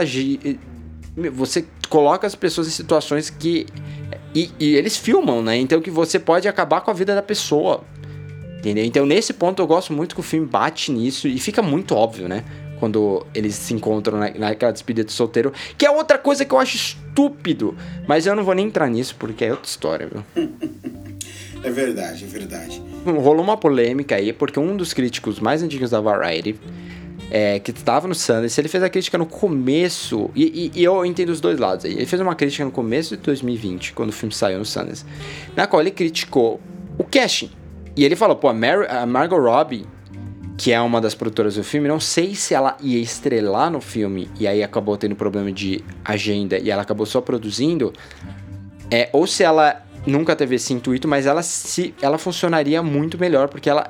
você coloca as pessoas em situações que... E eles filmam, né? Então que você pode acabar com a vida da pessoa. Entendeu? Então nesse ponto eu gosto muito que o filme bate nisso e fica muito óbvio, né? Quando eles se encontram naquela despedida de solteiro, que é outra coisa que eu acho estúpido. Mas eu não vou nem entrar nisso porque é outra história, viu? É verdade, é verdade. Rolou uma polêmica aí porque um dos críticos mais antigos da Variety... que estava no Sundance, ele fez a crítica no começo, e eu entendo os dois lados aí. Ele fez uma crítica no começo de 2020, quando o filme saiu no Sundance, na qual ele criticou o casting. E ele falou, a Margot Robbie, que é uma das produtoras do filme, não sei se ela ia estrelar no filme, e aí acabou tendo problema de agenda, e ela acabou só produzindo, ou se ela nunca teve esse intuito, mas ela funcionaria muito melhor, porque ela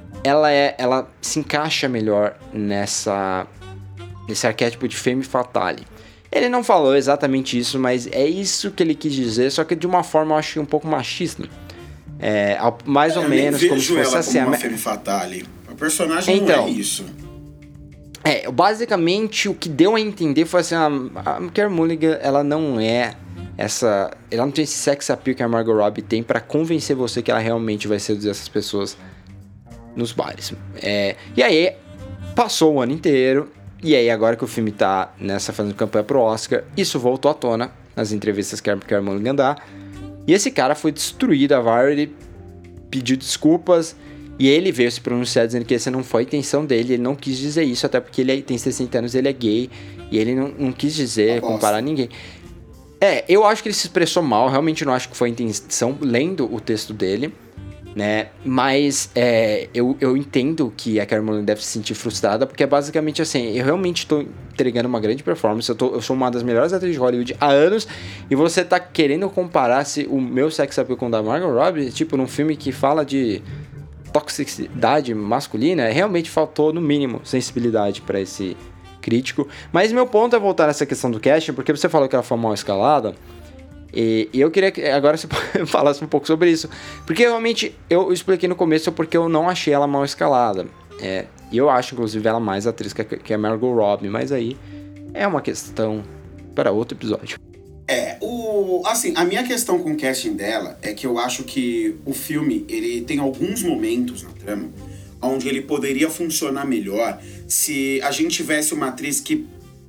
se encaixa melhor nesse arquétipo de femme fatale. Ele não falou exatamente isso, mas é isso que ele quis dizer, só que de uma forma eu achei um pouco machista. Mais ou menos como se fosse assim. Uma femme fatale, personagem então, não é isso. Basicamente o que deu a entender foi assim, a Carey Mulligan, ela não é essa... Ela não tem esse sex appeal que a Margot Robbie tem pra convencer você que ela realmente vai seduzir essas pessoas nos bares. E aí, passou o ano inteiro, e aí agora que o filme tá fazendo campanha pro Oscar, isso voltou à tona nas entrevistas que a Carey Mulligan dá, e esse cara foi destruído, a Variety pediu desculpas, e ele veio se pronunciar dizendo que essa não foi a intenção dele, ele não quis dizer isso, até porque ele tem 60 anos, ele é gay, e ele não quis dizer, comparar ninguém. Eu acho que ele se expressou mal, realmente não acho que foi a intenção, lendo o texto dele, né, mas eu entendo que a Carey Mulligan deve se sentir frustrada, porque é basicamente assim, eu realmente estou entregando uma grande performance, eu sou uma das melhores atrizes de Hollywood há anos, e você tá querendo comparar o meu sex appeal com o da Margot Robbie, tipo, num filme que fala de toxicidade masculina, realmente faltou, no mínimo, sensibilidade para esse crítico. Mas meu ponto é voltar nessa questão do casting, porque você falou que ela foi mal escalada, e eu queria que agora você falasse um pouco sobre isso, porque realmente eu expliquei no começo porque eu não achei ela mal escalada, e eu acho inclusive ela mais atriz que a Margot Robbie, mas aí é uma questão para outro episódio. Assim, a minha questão com o casting dela é que eu acho que o filme, ele tem alguns momentos na trama onde ele poderia funcionar melhor se a gente tivesse uma atriz que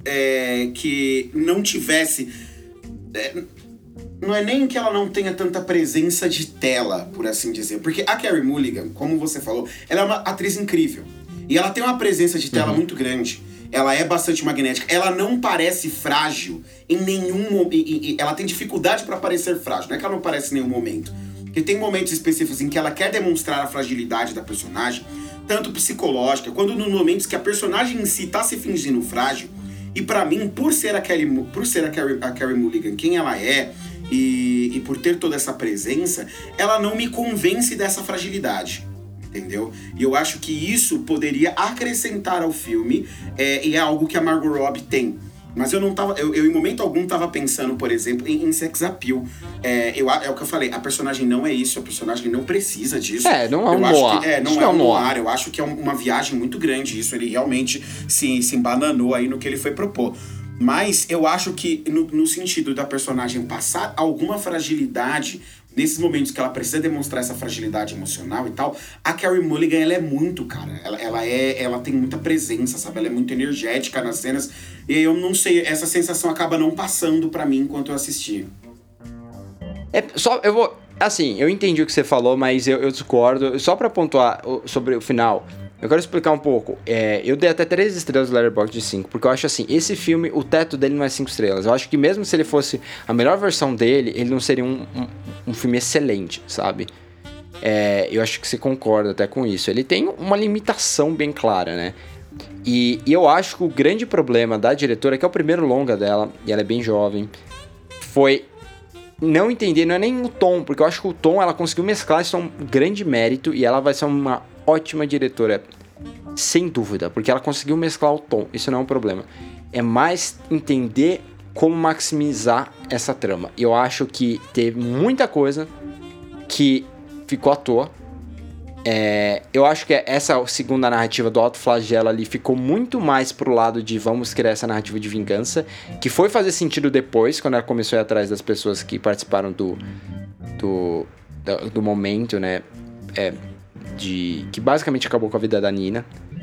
não tivesse... não é nem que ela não tenha tanta presença de tela, por assim dizer. Porque a Carey Mulligan, como você falou, ela é uma atriz incrível. E ela tem uma presença de tela muito grande. Ela é bastante magnética. Ela não parece frágil em nenhum momento. Ela tem dificuldade pra parecer frágil. Não é que ela não parece em nenhum momento. Porque tem momentos específicos em que ela quer demonstrar a fragilidade da personagem, tanto psicológica, quanto nos momentos que a personagem em si tá se fingindo frágil. E pra mim, por ser a Carey Mulligan quem ela é, e por ter toda essa presença, ela não me convence dessa fragilidade, entendeu? E eu acho que isso poderia acrescentar ao filme, e é algo que a Margot Robbie tem. Mas eu não tava, eu em momento algum tava pensando, por exemplo, em sex appeal. É o que eu falei, a personagem não é isso, a personagem não precisa disso. Não é um noir. Não é um noir, eu acho que é uma viagem muito grande isso, ele realmente se embananou aí no que ele foi propor. Mas eu acho que no sentido da personagem passar alguma fragilidade, nesses momentos que ela precisa demonstrar essa fragilidade emocional e tal, a Carey Mulligan, ela é muito, cara. Ela tem muita presença, sabe? Ela é muito energética nas cenas. E eu não sei, essa sensação acaba não passando pra mim enquanto eu assisti. Eu entendi o que você falou, mas eu discordo. Só pra pontuar sobre o final, eu quero explicar um pouco. Eu dei até 3 estrelas do Letterboxd de 5, porque eu acho assim, esse filme, o teto dele não é 5 estrelas. Eu acho que mesmo se ele fosse a melhor versão dele, ele não seria um filme excelente, sabe? Eu acho que você concorda até com isso. Ele tem uma limitação bem clara, né? E eu acho que o grande problema da diretora, que é o primeiro longa dela, e ela é bem jovem, foi não entender, não é nem o tom, porque eu acho que o tom, ela conseguiu mesclar, isso é um grande mérito, e ela vai ser uma ótima diretora, sem dúvida, porque ela conseguiu mesclar o tom, isso não é um problema. É mais entender como maximizar essa trama. Eu acho que teve muita coisa que ficou à toa. Eu acho que essa segunda narrativa do autoflagelo ali ficou muito mais pro lado de vamos criar essa narrativa de vingança, que foi fazer sentido depois, quando ela começou a ir atrás das pessoas que participaram do momento, né, que basicamente acabou com a vida da Nina.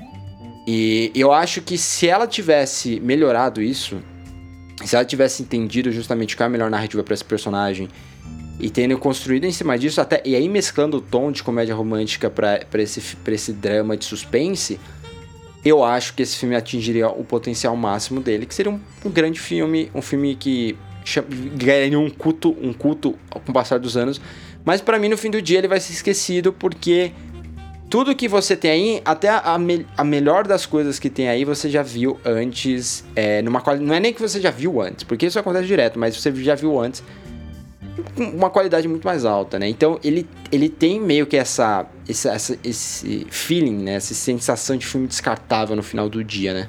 E eu acho que se ela tivesse melhorado isso, se ela tivesse entendido justamente qual é a melhor narrativa para esse personagem, e tendo construído em cima disso, e aí mesclando o tom de comédia romântica pra esse drama de suspense, eu acho que esse filme atingiria o potencial máximo dele, que seria um grande filme, um filme que ganharia um culto com o passar dos anos, mas pra mim no fim do dia ele vai ser esquecido, porque tudo que você tem aí, até a melhor das coisas que tem aí, você já viu antes, não é nem que você já viu antes, porque isso acontece direto, mas você já viu antes, uma qualidade muito mais alta, né? Então ele tem meio que esse feeling, né? Essa sensação de filme descartável no final do dia, né?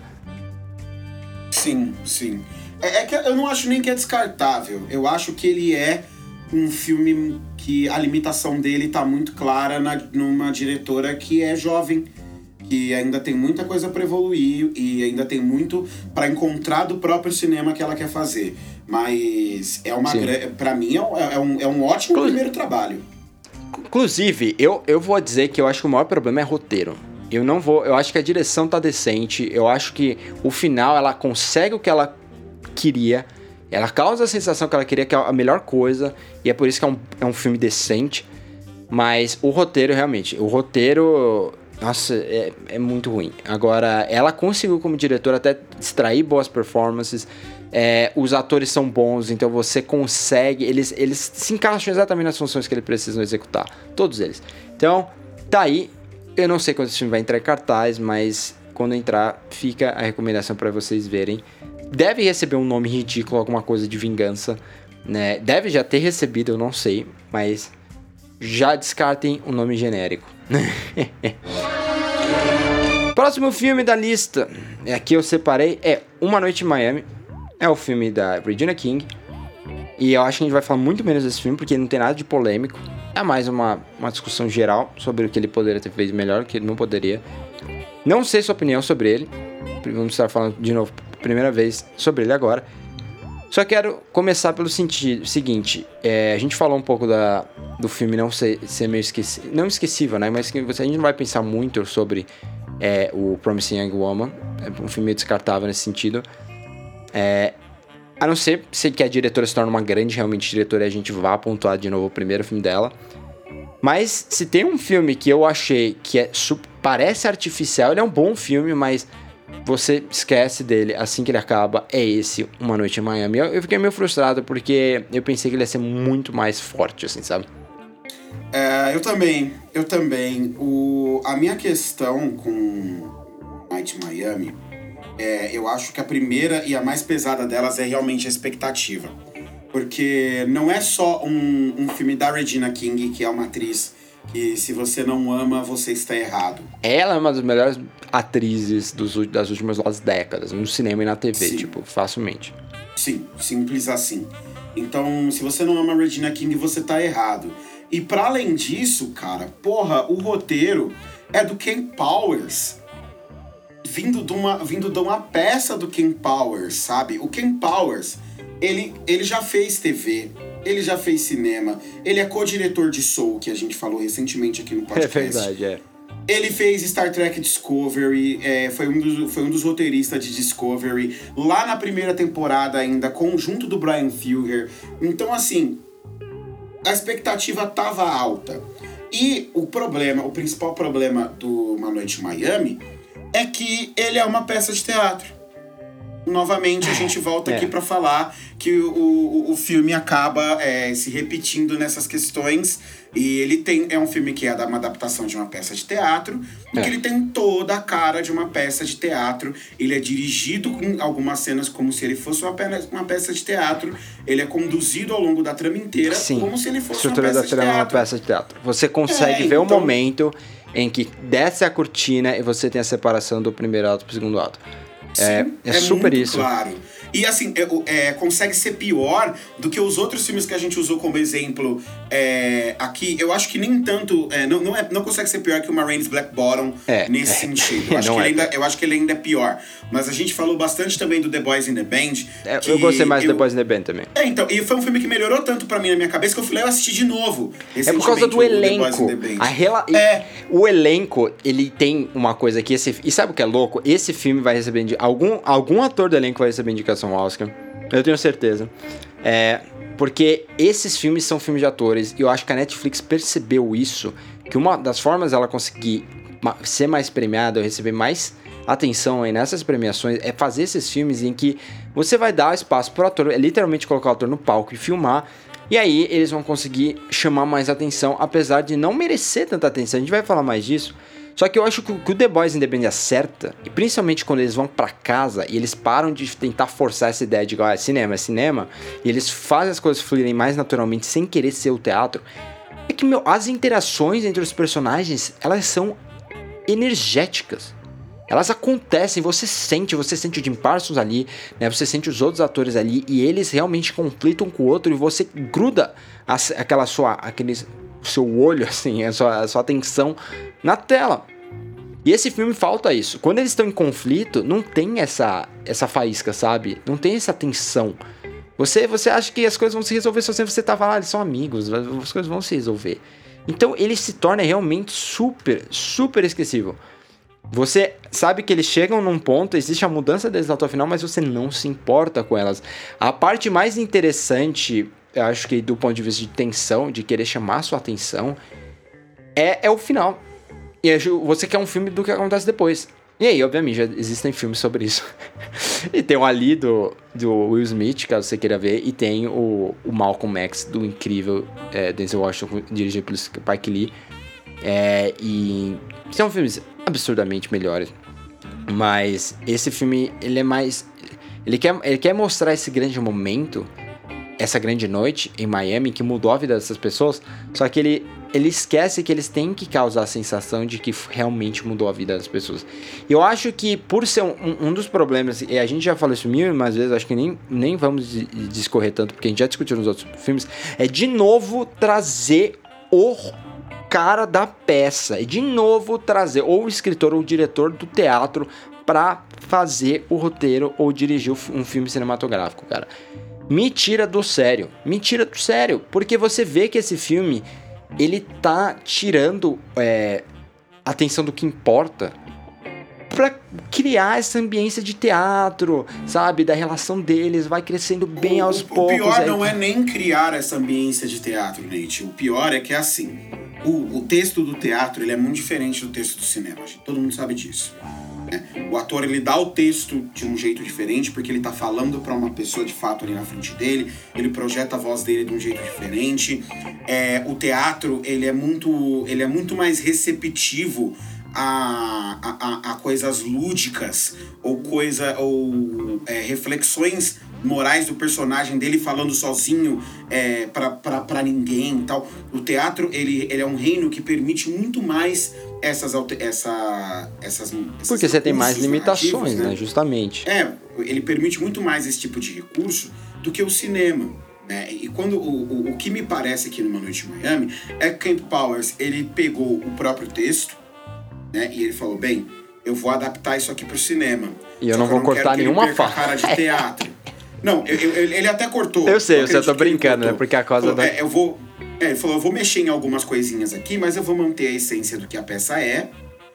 Sim. Que eu não acho nem que é descartável. Eu acho que ele é um filme que a limitação dele tá muito clara numa diretora que é jovem, que ainda tem muita coisa para evoluir e ainda tem muito para encontrar do próprio cinema que ela quer fazer. Mas para mim é um ótimo primeiro trabalho. Inclusive, eu vou dizer que eu acho que o maior problema é roteiro. Eu acho que a direção tá decente, eu acho que o final ela consegue o que ela queria, ela causa a sensação que ela queria, que é a melhor coisa, e é por isso que é um filme decente, mas o roteiro realmente, nossa, é muito ruim. Agora, ela conseguiu como diretora até extrair boas performances, os atores são bons, então você consegue, eles se encaixam exatamente nas funções que eles precisam executar, todos eles. Então, tá aí. Eu não sei quando esse filme vai entrar em cartaz, mas quando entrar, fica a recomendação para vocês verem. Deve receber um nome ridículo, alguma coisa de vingança, né? Deve já ter recebido, eu não sei, mas já descartem o nome genérico. Próximo filme da lista, aqui eu separei, é Uma Noite em Miami. É o filme da Regina King. E eu acho que a gente vai falar muito menos desse filme, porque não tem nada de polêmico. É mais uma discussão geral sobre o que ele poderia ter feito melhor, o que ele não poderia. Não sei sua opinião sobre ele. Vamos estar falando de novo, primeira vez, sobre ele agora. Só quero começar pelo seguinte. A gente falou um pouco do filme não ser meio esquecível. Não esquecível, né? Mas que a gente não vai pensar muito sobre o Promising Young Woman. É um filme meio descartável nesse sentido. A não ser que a diretora se torne uma grande realmente diretora e a gente vá pontuar de novo o primeiro filme dela. Mas se tem um filme que eu achei que parece artificial, ele é um bom filme, mas você esquece dele assim que ele acaba, é esse Uma Noite em Miami. Eu fiquei meio frustrado porque eu pensei que ele ia ser muito mais forte, assim, sabe? Eu também. A minha questão com Night in Miami... eu acho que a primeira e a mais pesada delas é realmente a expectativa. Porque não é só um filme da Regina King, que é uma atriz que, se você não ama, você está errado. Ela é uma das melhores atrizes das últimas 2 décadas, no cinema e na TV, Sim. Tipo, facilmente. Sim, simples assim. Então, se você não ama a Regina King, você está errado. E para além disso, cara, o roteiro é do Ken Powers. Vindo de uma peça do Ken Powers, sabe? O Ken Powers, ele já fez TV, ele já fez cinema, ele é co-diretor de Soul, que a gente falou recentemente aqui no podcast. É verdade, Ele fez Star Trek Discovery, foi um dos roteiristas de Discovery, lá na primeira temporada ainda, junto do Bryan Fuller. Então, assim, a expectativa tava alta. E o principal problema do Uma Noite em Miami é que ele é uma peça de teatro. Novamente, a gente volta aqui para falar que o filme acaba se repetindo nessas questões. E ele é um filme que é uma adaptação de uma peça de teatro, e que ele tem toda a cara de uma peça de teatro. Ele é dirigido em algumas cenas como se ele fosse uma peça de teatro. Ele é conduzido ao longo da trama inteira como se ele fosse uma peça de teatro. Uma peça de teatro. Você consegue ver o momento em que desce a cortina e você tem a separação do primeiro ato pro segundo ato. É super muito isso. Claro. E assim, consegue ser pior do que os outros filmes que a gente usou como exemplo aqui. Eu acho que nem tanto. Não consegue ser pior que o Ma Rainey's Black Bottom nesse sentido. Eu acho que ele ainda é pior. Mas a gente falou bastante também do The Boys in the Band. Eu gostei mais do The Boys in the Band também. Então, e foi um filme que melhorou tanto pra mim na minha cabeça que eu fui lá e assisti de novo. É por causa do elenco. O elenco, ele tem uma coisa aqui. E sabe o que é louco? Esse filme vai receber. Algum ator do elenco vai receber indicação ao Oscar. Eu tenho certeza. Porque esses filmes são filmes de atores. E eu acho que a Netflix percebeu isso. Que uma das formas dela conseguir ser mais premiada, ou receber mais atenção aí nessas premiações, é fazer esses filmes em que você vai dar espaço pro ator, literalmente colocar o ator no palco e filmar. E aí eles vão conseguir chamar mais atenção, apesar de não merecer tanta atenção. A gente vai falar mais disso. Só que eu acho que o The Boys in the Band acerta, e principalmente quando eles vão pra casa e eles param de tentar forçar essa ideia de é cinema, e eles fazem as coisas fluírem mais naturalmente sem querer ser o teatro, é que, as interações entre os personagens, elas são energéticas. Elas acontecem, você sente o Jim Parsons ali, né? Você sente os outros atores ali, e eles realmente conflitam com o outro, e você gruda aquele seu olho, assim, a sua atenção na tela. E esse filme falta isso. Quando eles estão em conflito, não tem essa faísca, sabe? Não tem essa tensão. Você acha que as coisas vão se resolver só se você tava lá, eles são amigos, as coisas vão se resolver. Então ele se torna realmente super, super esquecível. Você sabe que eles chegam num ponto, existe a mudança deles até o final, mas você não se importa com elas. A parte mais interessante, eu acho que do ponto de vista de tensão, de querer chamar sua atenção, é o final. E você quer um filme do que acontece depois. E aí, obviamente, já existem filmes sobre isso. E tem o Ali do Will Smith, caso você queira ver, e tem o Malcolm X do incrível Denzel Washington, dirigido pelo Spike Lee. E são filmes absurdamente melhores. Mas esse filme, ele é mais... Ele quer mostrar esse grande momento, essa grande noite em Miami, que mudou a vida dessas pessoas, só que ele esquece que eles têm que causar a sensação de que realmente mudou a vida das pessoas. Eu acho que por ser um dos problemas, e a gente já falou isso mil vezes, acho que nem vamos discorrer tanto, porque a gente já discutiu nos outros filmes, é de novo trazer o cara da peça, e de novo trazer ou o escritor ou o diretor do teatro pra fazer o roteiro ou dirigir um filme cinematográfico, cara. Me tira do sério, porque você vê que esse filme, ele tá tirando a atenção do que importa pra criar essa ambiência de teatro, sabe, da relação deles, vai crescendo bem aos poucos. O pior não é nem criar essa ambiência de teatro, Nate, o pior é que é assim, o texto do teatro, ele é muito diferente do texto do cinema, todo mundo sabe disso. O ator, ele dá o texto de um jeito diferente, porque ele tá falando pra uma pessoa de fato ali na frente dele, ele projeta a voz dele de um jeito diferente. O teatro, ele é muito mais receptivo a coisas lúdicas ou reflexões morais do personagem dele falando sozinho pra ninguém e tal. O teatro, ele é um reino que permite muito mais essas porque você tem mais limitações, né? Justamente. Ele permite muito mais esse tipo de recurso do que o cinema, né? E quando o que me parece aqui numa Noite em Miami é que Kemp Powers, ele pegou o próprio texto, né? E ele falou, bem, eu vou adaptar isso aqui pro cinema. E eu não vou cortar nenhuma fala. Cara de teatro. Não, ele até cortou. Eu sei, eu tô brincando, né? Porque a causa da... ele falou, eu vou mexer em algumas coisinhas aqui, mas eu vou manter a essência do que a peça é.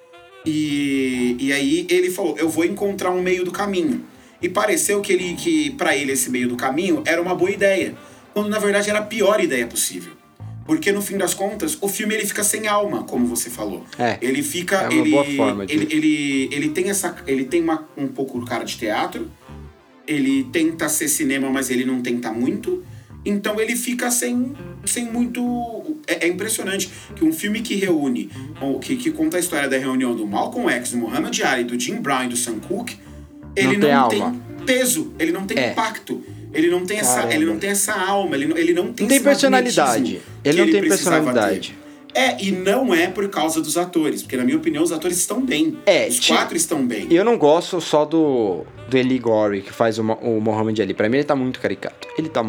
E aí ele falou, eu vou encontrar um meio do caminho. E pareceu que pra ele esse meio do caminho era uma boa ideia, quando na verdade era a pior ideia possível. Porque no fim das contas, o filme ele fica sem alma, como você falou. Ele fica... boa forma de... ele tem um pouco de cara de teatro. Ele tenta ser cinema, mas ele não tenta muito. Então ele fica sem muito... É impressionante que um filme que reúne, que conta a história da reunião do Malcolm X, do Muhammad Ali, do Jim Brown e do Sam Cooke, ele não tem peso, ele não tem impacto, ele não tem essa alma, ele não tem esse personalidade. Ele não tem personalidade. E não é por causa dos atores, porque na minha opinião os atores estão bem. Os quatro estão bem. Eu não gosto só do Eli Gorey, que faz o Muhammad Ali. Pra mim ele tá muito caricato.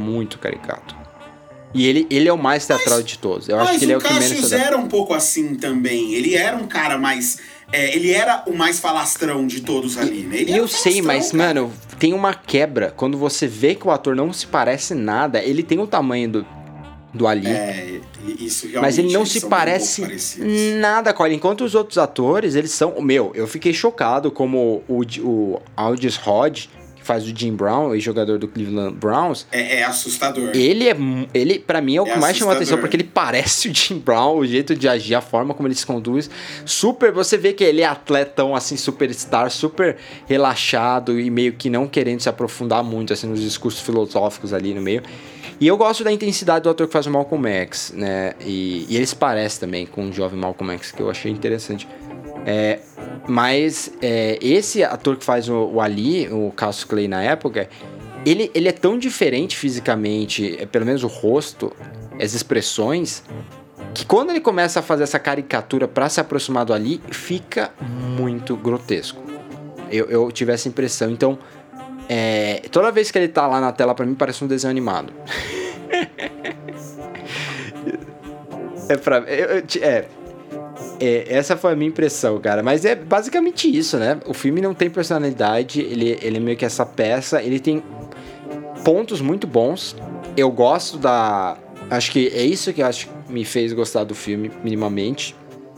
E ele é o mais teatral de todos. Eu acho que ele é o que menos... Mas o Cassius era um pouco assim também. Ele era um cara mais... ele era o mais falastrão de todos ali, né? Eu sei, mas, cara, mano, tem uma quebra. Quando você vê que o ator não se parece nada, ele tem o tamanho do Ali. Isso realmente... Mas ele não se parece nada com ele. Enquanto os outros atores, eles são... Eu fiquei chocado como o Aldis Hodge, que faz o Jim Brown, ex-jogador do Cleveland Browns... É assustador. Ele pra mim, é o que mais chamou a atenção, porque ele parece o Jim Brown, o jeito de agir, a forma como ele se conduz. Você vê que ele é atletão, assim, superstar, super relaxado e meio que não querendo se aprofundar muito, assim, nos discursos filosóficos ali no meio. E eu gosto da intensidade do ator que faz o Malcolm X, né? E ele se parece também com o jovem Malcolm X, que eu achei interessante. Mas esse ator que faz o Ali, o Cassius Clay na época, ele é tão diferente fisicamente, pelo menos o rosto, as expressões, que quando ele começa a fazer essa caricatura pra se aproximar do Ali, fica muito grotesco. Eu tive essa impressão. Então, toda vez que ele tá lá na tela, pra mim, parece um desenho animado. Essa foi a minha impressão, cara. Mas é basicamente isso, né? O filme não tem personalidade, ele é meio que essa peça. Ele tem pontos muito bons. Eu gosto da... Acho que é isso que acho que me fez gostar do filme, minimamente.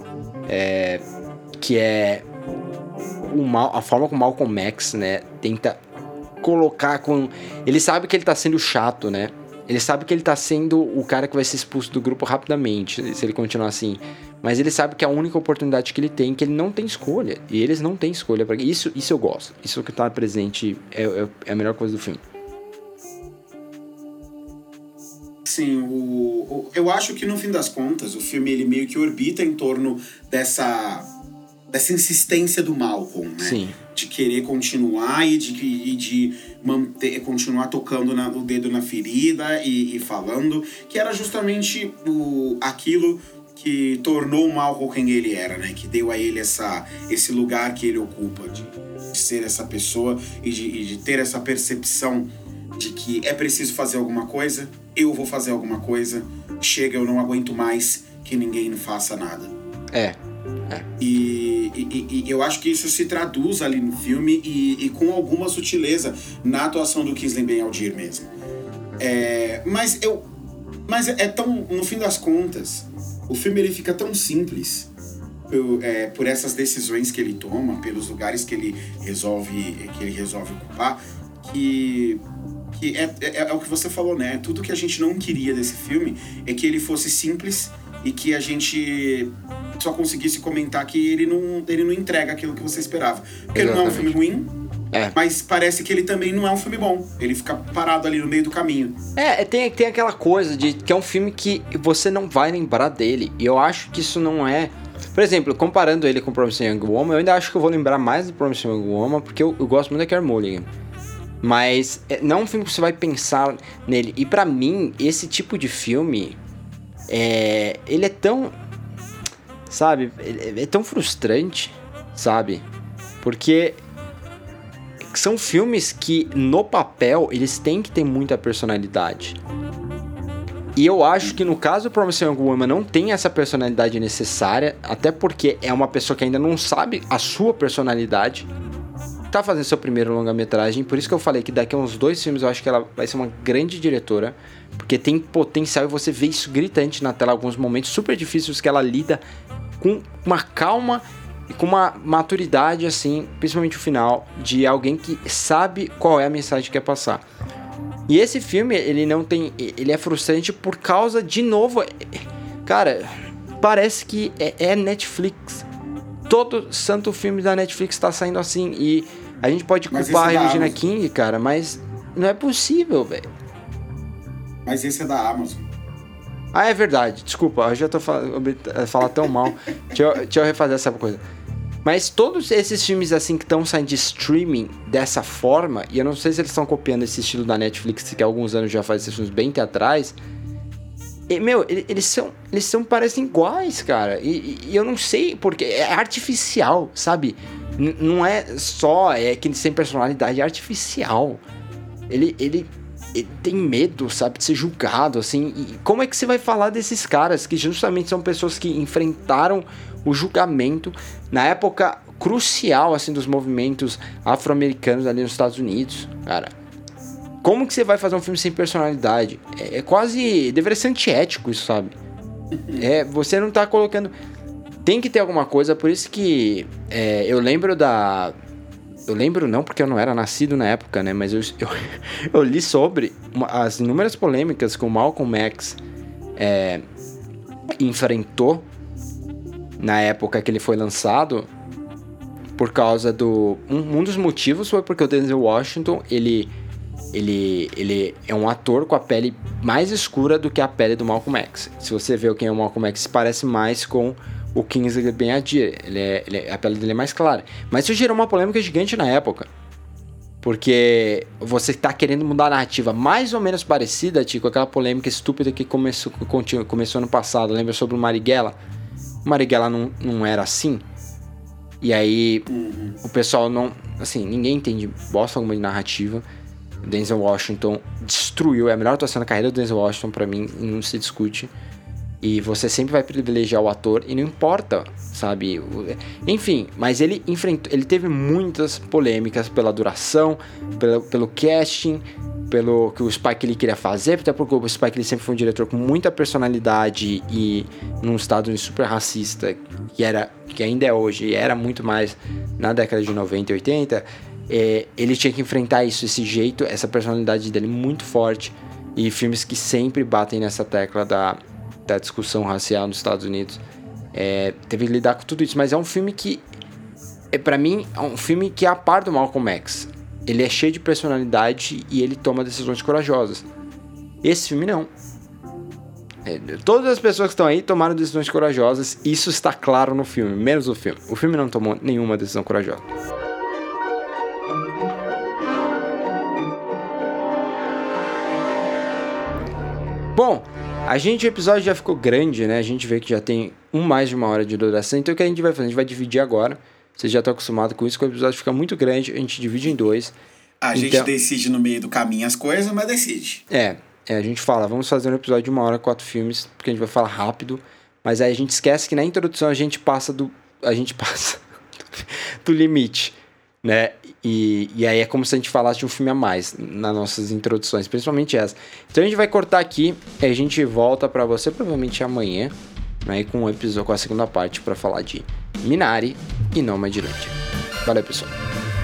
Que é a forma como o Malcolm X, né, tenta colocar com... Ele sabe que ele tá sendo chato, né? Ele sabe que ele tá sendo o cara que vai ser expulso do grupo rapidamente, se ele continuar assim. Mas ele sabe que é a única oportunidade que ele tem, que ele não tem escolha. E eles não têm escolha. Isso eu gosto. Isso que tá presente é a melhor coisa do filme. Sim, eu acho que no fim das contas, o filme ele meio que orbita em torno dessa insistência do Malcolm, né? Sim. De querer continuar e de manter, continuar tocando o dedo na ferida e falando, que era justamente aquilo que tornou o Malcolm quem ele era, né? Que deu a ele esse lugar que ele ocupa, de ser essa pessoa e de ter essa percepção de que é preciso fazer alguma coisa, eu vou fazer alguma coisa, chega, eu não aguento mais que ninguém faça nada. E eu acho que isso se traduz ali no filme e com alguma sutileza na atuação do Kingsley Ben-Adir mesmo. Mas é tão, no fim das contas, o filme ele fica tão simples por essas decisões que ele toma, pelos lugares que ele resolve ocupar, que é o que você falou, né? Tudo que a gente não queria desse filme é que ele fosse simples e que a gente só conseguisse comentar que ele não entrega aquilo que você esperava. Porque ele não é um filme ruim, mas parece que ele também não é um filme bom. Ele fica parado ali no meio do caminho. Tem aquela coisa de que é um filme que você não vai lembrar dele. E eu acho que isso não é... Por exemplo, comparando ele com Promising Young Woman, eu ainda acho que eu vou lembrar mais do Promising Young Woman, porque eu gosto muito da Carey Mulligan. Mas não é um filme que você vai pensar nele. E pra mim, esse tipo de filme... ele é tão... Sabe? É tão frustrante, sabe? Porque são filmes que, no papel, eles têm que ter muita personalidade. E eu acho que no caso do Promising Young Woman não tem essa personalidade necessária, até porque é uma pessoa que ainda não sabe a sua personalidade, tá fazendo seu primeiro longa-metragem, por isso que eu falei que daqui a uns 2 filmes eu acho que ela vai ser uma grande diretora, porque tem potencial e você vê isso gritante na tela, alguns momentos super difíceis que ela lida com uma calma e com uma maturidade, assim, principalmente o final, de alguém que sabe qual é a mensagem que quer passar. E esse filme, ele é frustrante por causa, de novo, cara, parece que é Netflix. Todo santo filme da Netflix tá saindo assim, e a gente pode culpar a Regina King, cara, mas não é possível, velho. Mas esse é da Amazon. É verdade, desculpa, eu já tô falando tão mal. Deixa eu refazer essa coisa. Mas todos esses filmes assim que estão saindo de streaming dessa forma, e eu não sei se eles estão copiando esse estilo da Netflix, que há alguns anos já faz esses filmes bem teatrais, eles parecem iguais, cara. E eu não sei, porque é artificial, sabe? Não é só que sem personalidade, é artificial. Ele tem medo, sabe, de ser julgado, assim. E como é que você vai falar desses caras que justamente são pessoas que enfrentaram o julgamento na época crucial, assim, dos movimentos afro-americanos ali nos Estados Unidos, cara? Como que você vai fazer um filme sem personalidade? É quase... deveria ser antiético isso, sabe? Você não tá colocando... Tem que ter alguma coisa, por isso que eu lembro da... Eu lembro não, porque eu não era nascido na época, né? Mas eu li sobre as inúmeras polêmicas que o Malcolm X enfrentou na época que ele foi lançado, por causa do... Um dos motivos foi porque o Denzel Washington, ele é um ator com a pele mais escura do que a pele do Malcolm X. Se você vê quem é o Malcolm X, parece mais com o Kingsley Ben-Adir. A pele dele é mais clara. Mas isso gerou uma polêmica gigante na época. Porque você tá querendo mudar a narrativa mais ou menos parecida, tipo, com aquela polêmica estúpida que começou no passado. Lembra sobre o Marighella? O Marighella não era assim. E aí, o pessoal não... Assim, ninguém entende bosta alguma de narrativa. Denzel Washington destruiu. É a melhor atuação da carreira do Denzel Washington pra mim, não se discute. E você sempre vai privilegiar o ator e não importa, sabe? Enfim, mas ele teve muitas polêmicas pela duração, pelo casting, pelo que o Spike Lee queria fazer, até porque o Spike Lee sempre foi um diretor com muita personalidade e num Estados Unidos super racista, que ainda é hoje, e era muito mais na década de 90 e 80, ele tinha que enfrentar isso, esse jeito, essa personalidade dele muito forte, e filmes que sempre batem nessa tecla da discussão racial nos Estados Unidos, teve que lidar com tudo isso, mas é um filme que, pra mim, é um filme que é a par do Malcolm X. Ele é cheio de personalidade e ele toma decisões corajosas. Esse filme não. Todas as pessoas que estão aí tomaram decisões corajosas, isso está claro no filme, menos o filme. O filme não tomou nenhuma decisão corajosa. Bom, o episódio já ficou grande, né? A gente vê que já tem mais de 1 hora de duração. Então o que a gente vai fazer? A gente vai dividir agora. Vocês já estão acostumados com isso. Quando o episódio fica muito grande, a gente divide em 2. A gente decide no meio do caminho as coisas, mas decide. A gente fala, vamos fazer um episódio de 1 hora, 4 filmes, porque a gente vai falar rápido. Mas aí a gente esquece que na introdução a gente passa do limite, né? E aí é como se a gente falasse de um filme a mais nas nossas introduções, principalmente essa. Então a gente vai cortar aqui e a gente volta pra você provavelmente amanhã, né, com um episódio, com a segunda parte pra falar de Minari e Nomadland. Valeu, pessoal.